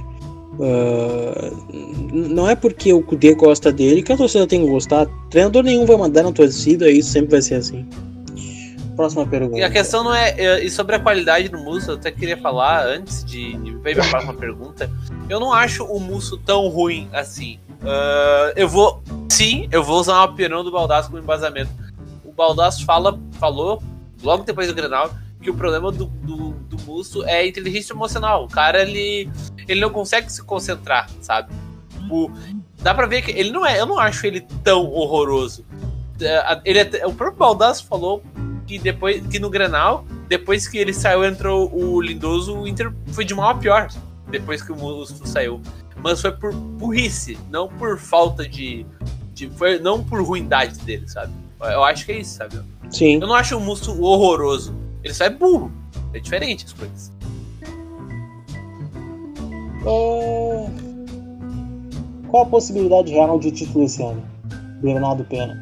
Não é porque o Cudê gosta dele que a torcida tem que gostar. Treinador nenhum vai mandar na torcida, e isso sempre vai ser assim. Próxima pergunta. E a questão não é... E sobre a qualidade do Musso, eu até queria falar, antes de ir pra próxima pergunta, eu não acho o Musso tão ruim assim. Eu vou usar uma opinião do Baldasso como embasamento. O Baldasso falou, logo depois do Grenal, que o problema do Musso é a inteligência emocional. O cara, ele não consegue se concentrar, sabe? Dá pra ver que ele não é... Eu não acho ele tão horroroso. O próprio Baldasso falou que no Grenal, depois que ele saiu, entrou o Lindoso, o Inter foi de mal a pior, depois que o Musto saiu. Mas foi por burrice, não por falta não por ruindade dele, sabe? Eu acho que é isso, sabe? Sim. Eu não acho o Musto horroroso. Ele só é burro. É diferente as coisas. Qual a possibilidade real de título esse ano? Bernardo Pena.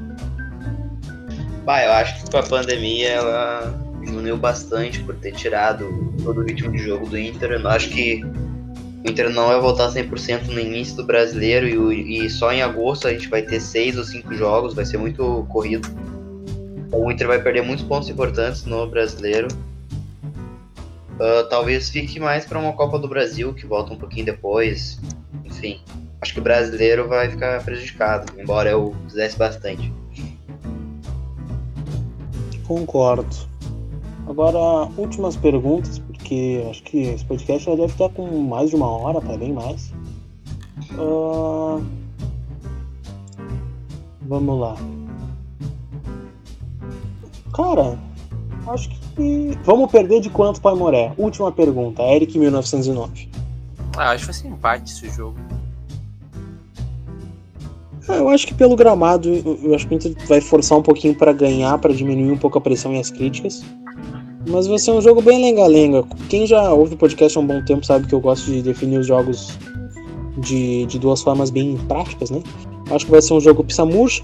Eu acho que com a pandemia ela diminuiu bastante por ter tirado todo o ritmo de jogo do Inter. Eu acho que o Inter não vai voltar 100% no início do Brasileiro, e só em agosto a gente vai ter 6 ou 5 jogos, vai ser muito corrido. Então o Inter vai perder muitos pontos importantes no Brasileiro. Talvez fique mais para uma Copa do Brasil, que volta um pouquinho depois. Enfim, acho que o Brasileiro vai ficar prejudicado, embora eu quisesse bastante. Concordo. Agora, últimas perguntas, porque acho que esse podcast já deve estar com mais de 1 hora, para bem mais. Vamos lá. Cara, acho que... Vamos perder de quanto para Moré? Última pergunta. Eric, 1909. Acho que vai ser empate esse jogo. Eu acho que pelo gramado, eu acho que o Inter vai forçar um pouquinho para ganhar, para diminuir um pouco a pressão e as críticas. Mas vai ser um jogo bem lenga-lenga. Quem já ouve o podcast há um bom tempo sabe que eu gosto de definir os jogos de 2 formas bem práticas, né? Acho que vai ser um jogo pissa-murcha.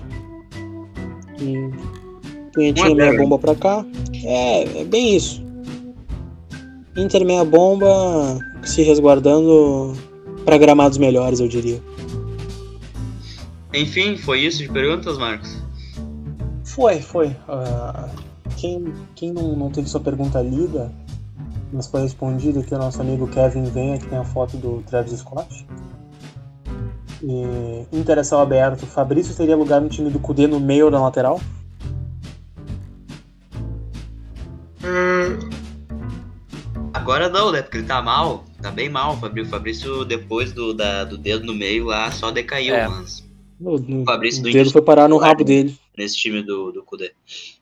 Punhetinha meia bomba pra cá. É bem isso. Inter meia bomba se resguardando para gramados melhores, eu diria. Enfim, foi isso de perguntas, Marcos? Foi. quem não teve sua pergunta lida, mas foi respondida, que o nosso amigo Kevin Venha, que tem a foto do Travis Scott. E, Inter é céu aberto. Fabrício teria lugar no time do Kudê no meio ou na lateral? Agora não, né? Porque ele tá mal. Tá bem mal, o Fabrício, depois do dedo no meio lá, só decaiu, mas... O Fabrício do dedo Inter foi parar no rabo dele. nesse time do Kudê.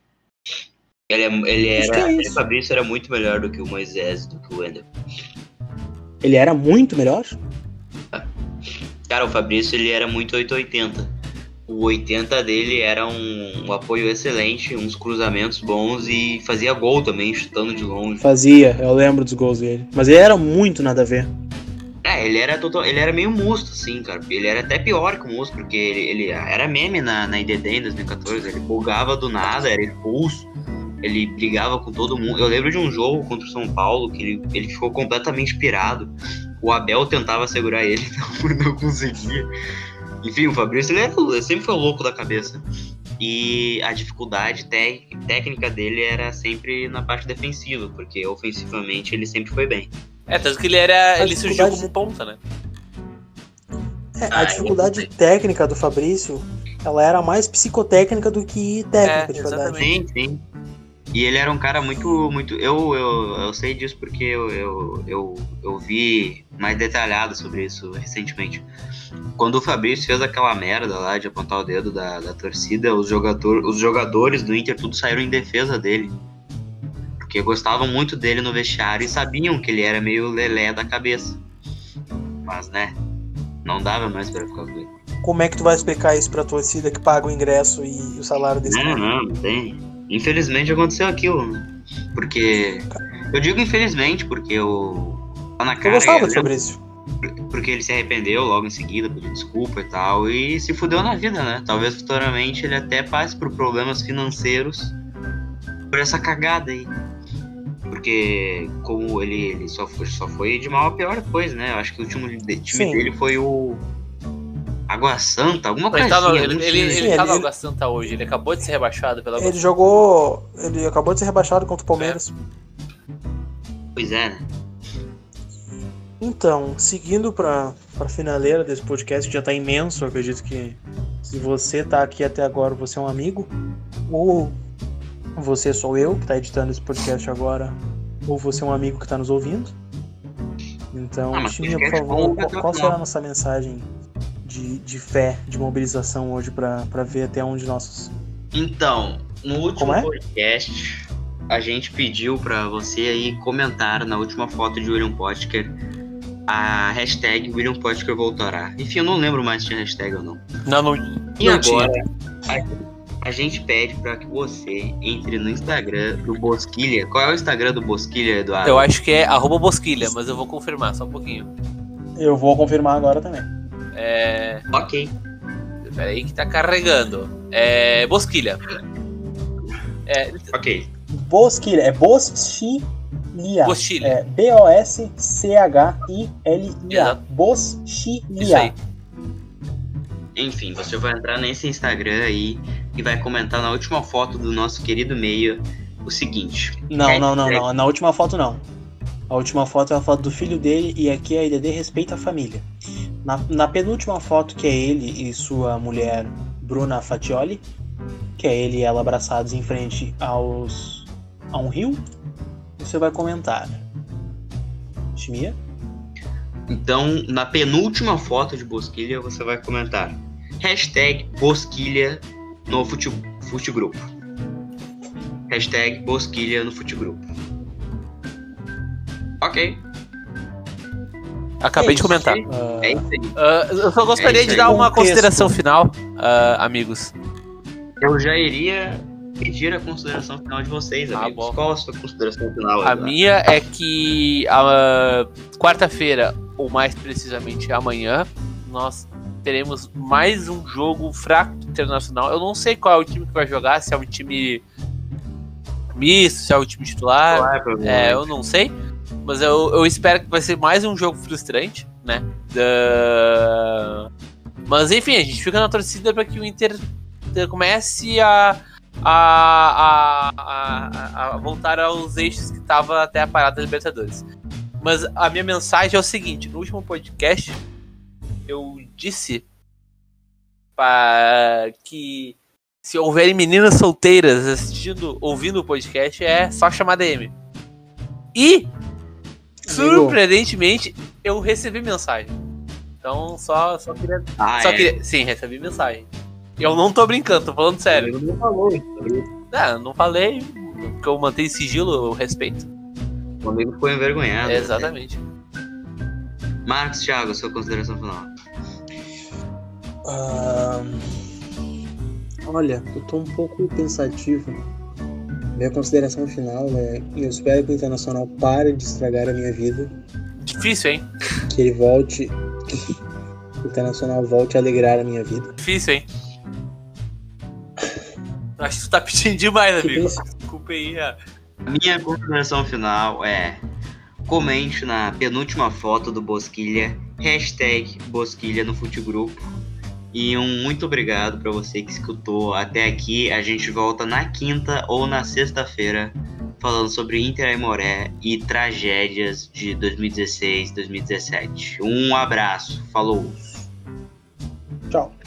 O Fabrício era muito melhor do que o Moisés, do que o Wendel. Ele era muito melhor? Cara, o Fabrício, ele era muito 880. O 80 dele era um apoio excelente, uns cruzamentos bons e fazia gol também, chutando de longe. Fazia, eu lembro dos gols dele. Mas ele era muito nada a ver. Ele era meio musto, assim, cara. Ele era até pior que o musto, porque ele era meme na IDD em 2014. Ele bugava do nada, era expulso. Ele brigava com todo mundo. Eu lembro de um jogo contra o São Paulo que ele ficou completamente pirado. O Abel tentava segurar ele, não conseguia. Enfim, o Fabrício ele sempre foi louco da cabeça. E a dificuldade técnica dele era sempre na parte defensiva, porque ofensivamente ele sempre foi bem. Tanto que ele surgiu como ponta, né? A dificuldade técnica do Fabrício, ela era mais psicotécnica do que técnica, de verdade. Sim. E ele era um cara muito... Eu sei disso porque eu vi mais detalhado sobre isso recentemente. Quando o Fabrício fez aquela merda lá de apontar o dedo da torcida, os jogadores do Inter tudo saíram em defesa dele. Porque gostavam muito dele no vestiário e sabiam que ele era meio lelé da cabeça. Mas, né, não dava mais pra ficar com ele. Como é que tu vai explicar isso pra torcida que paga o ingresso e o salário desse cara? Não tem. Infelizmente aconteceu aquilo, né? Porque... Eu digo infelizmente, porque tá na cara... Eu gostava do Fabrício. Porque ele se arrependeu logo em seguida, pediu desculpa e tal, e se fudeu na vida, né? Talvez futuramente ele até passe por problemas financeiros por essa cagada aí. Porque como ele só foi de mal a pior depois, né? Eu acho que o último time dele foi o Água Santa, alguma coisa assim. Ele tá no Água Santa hoje, ele acabou de ser rebaixado pela Água Santa. Ele acabou de ser rebaixado contra o Palmeiras. Pois é, né? Então, seguindo pra finaleira desse podcast, que já tá imenso, eu acredito que se você tá aqui até agora, você é um amigo, ou você sou eu, que tá editando esse podcast agora, ou você é um amigo que tá nos ouvindo. Então, Chiminha, por favor, qual será a nossa mensagem de fé, de mobilização hoje pra ver até onde nossos... Então, no último podcast, a gente pediu pra você aí comentar na última foto de William Potker a hashtag William Potker voltará. Enfim, eu não lembro mais se tinha hashtag ou não. Não e não agora, a gente pede pra que você entre no Instagram do Bosquilha. Qual é o Instagram do Bosquilha, Eduardo? Eu acho que é @Bosquilha, mas eu vou confirmar, só um pouquinho. Eu vou confirmar agora também. Ok. Peraí que tá carregando. Bosquilha. Ok. Bosquilha, é Bosquilha. Bosquilha. Boschilia. Bosquilha. Isso aí. Enfim, você vai entrar nesse Instagram aí e vai comentar na última foto do nosso querido Meia o seguinte. Não. Na última foto não. A última foto é a foto do filho dele e aqui a IDD respeita a família. Na penúltima foto, que é ele e sua mulher Bruna Fatioli, que é ele e ela abraçados em frente a um rio, você vai comentar. Chimia? Então, na penúltima foto de Bosquilha, você vai comentar hashtag Bosquilha no Futegrupo. Hashtag Bosquilha no Futegrupo. Ok. Acabei de comentar. É isso aí. Eu só gostaria de dar uma consideração final, amigos. Eu já iria pedir a consideração final de vocês, amigos. Bom. Qual a sua consideração final? A minha é que quarta-feira, ou mais precisamente amanhã, nós teremos mais um jogo fraco internacional. Eu não sei qual é o time que vai jogar, se é um time misto, se é o time titular. Eu não sei. Mas eu espero que vai ser mais um jogo frustrante, né? Mas enfim, a gente fica na torcida para que o Inter comece a a voltar aos eixos que tava até a parada da Libertadores. Mas a minha mensagem é o seguinte: no último podcast eu disse que se houverem meninas solteiras ouvindo o podcast, é só chamar DM. E surpreendentemente eu recebi mensagem. Então só queria. Sim, recebi mensagem. Eu não tô brincando, tô falando sério. Ele não falou. Não falei, porque eu mantenho sigilo, eu respeito. O amigo ficou envergonhado. Exatamente. Marcos, Thiago, sua consideração final. Olha, eu tô um pouco pensativo. Minha consideração final é: eu espero que o Internacional pare de estragar a minha vida. Difícil, hein? Que ele volte. Que o Internacional volte a alegrar a minha vida. Difícil, hein? Acho que tu tá pedindo demais, amigo. Desculpa aí. Minha consideração final é: comente na penúltima foto do Bosquilha, #Bosquilha no Futegrupo. E muito obrigado para você que escutou até aqui. A gente volta na quinta ou na sexta-feira falando sobre Inter Aimoré e tragédias de 2016, 2017. Um abraço. Falou. Tchau.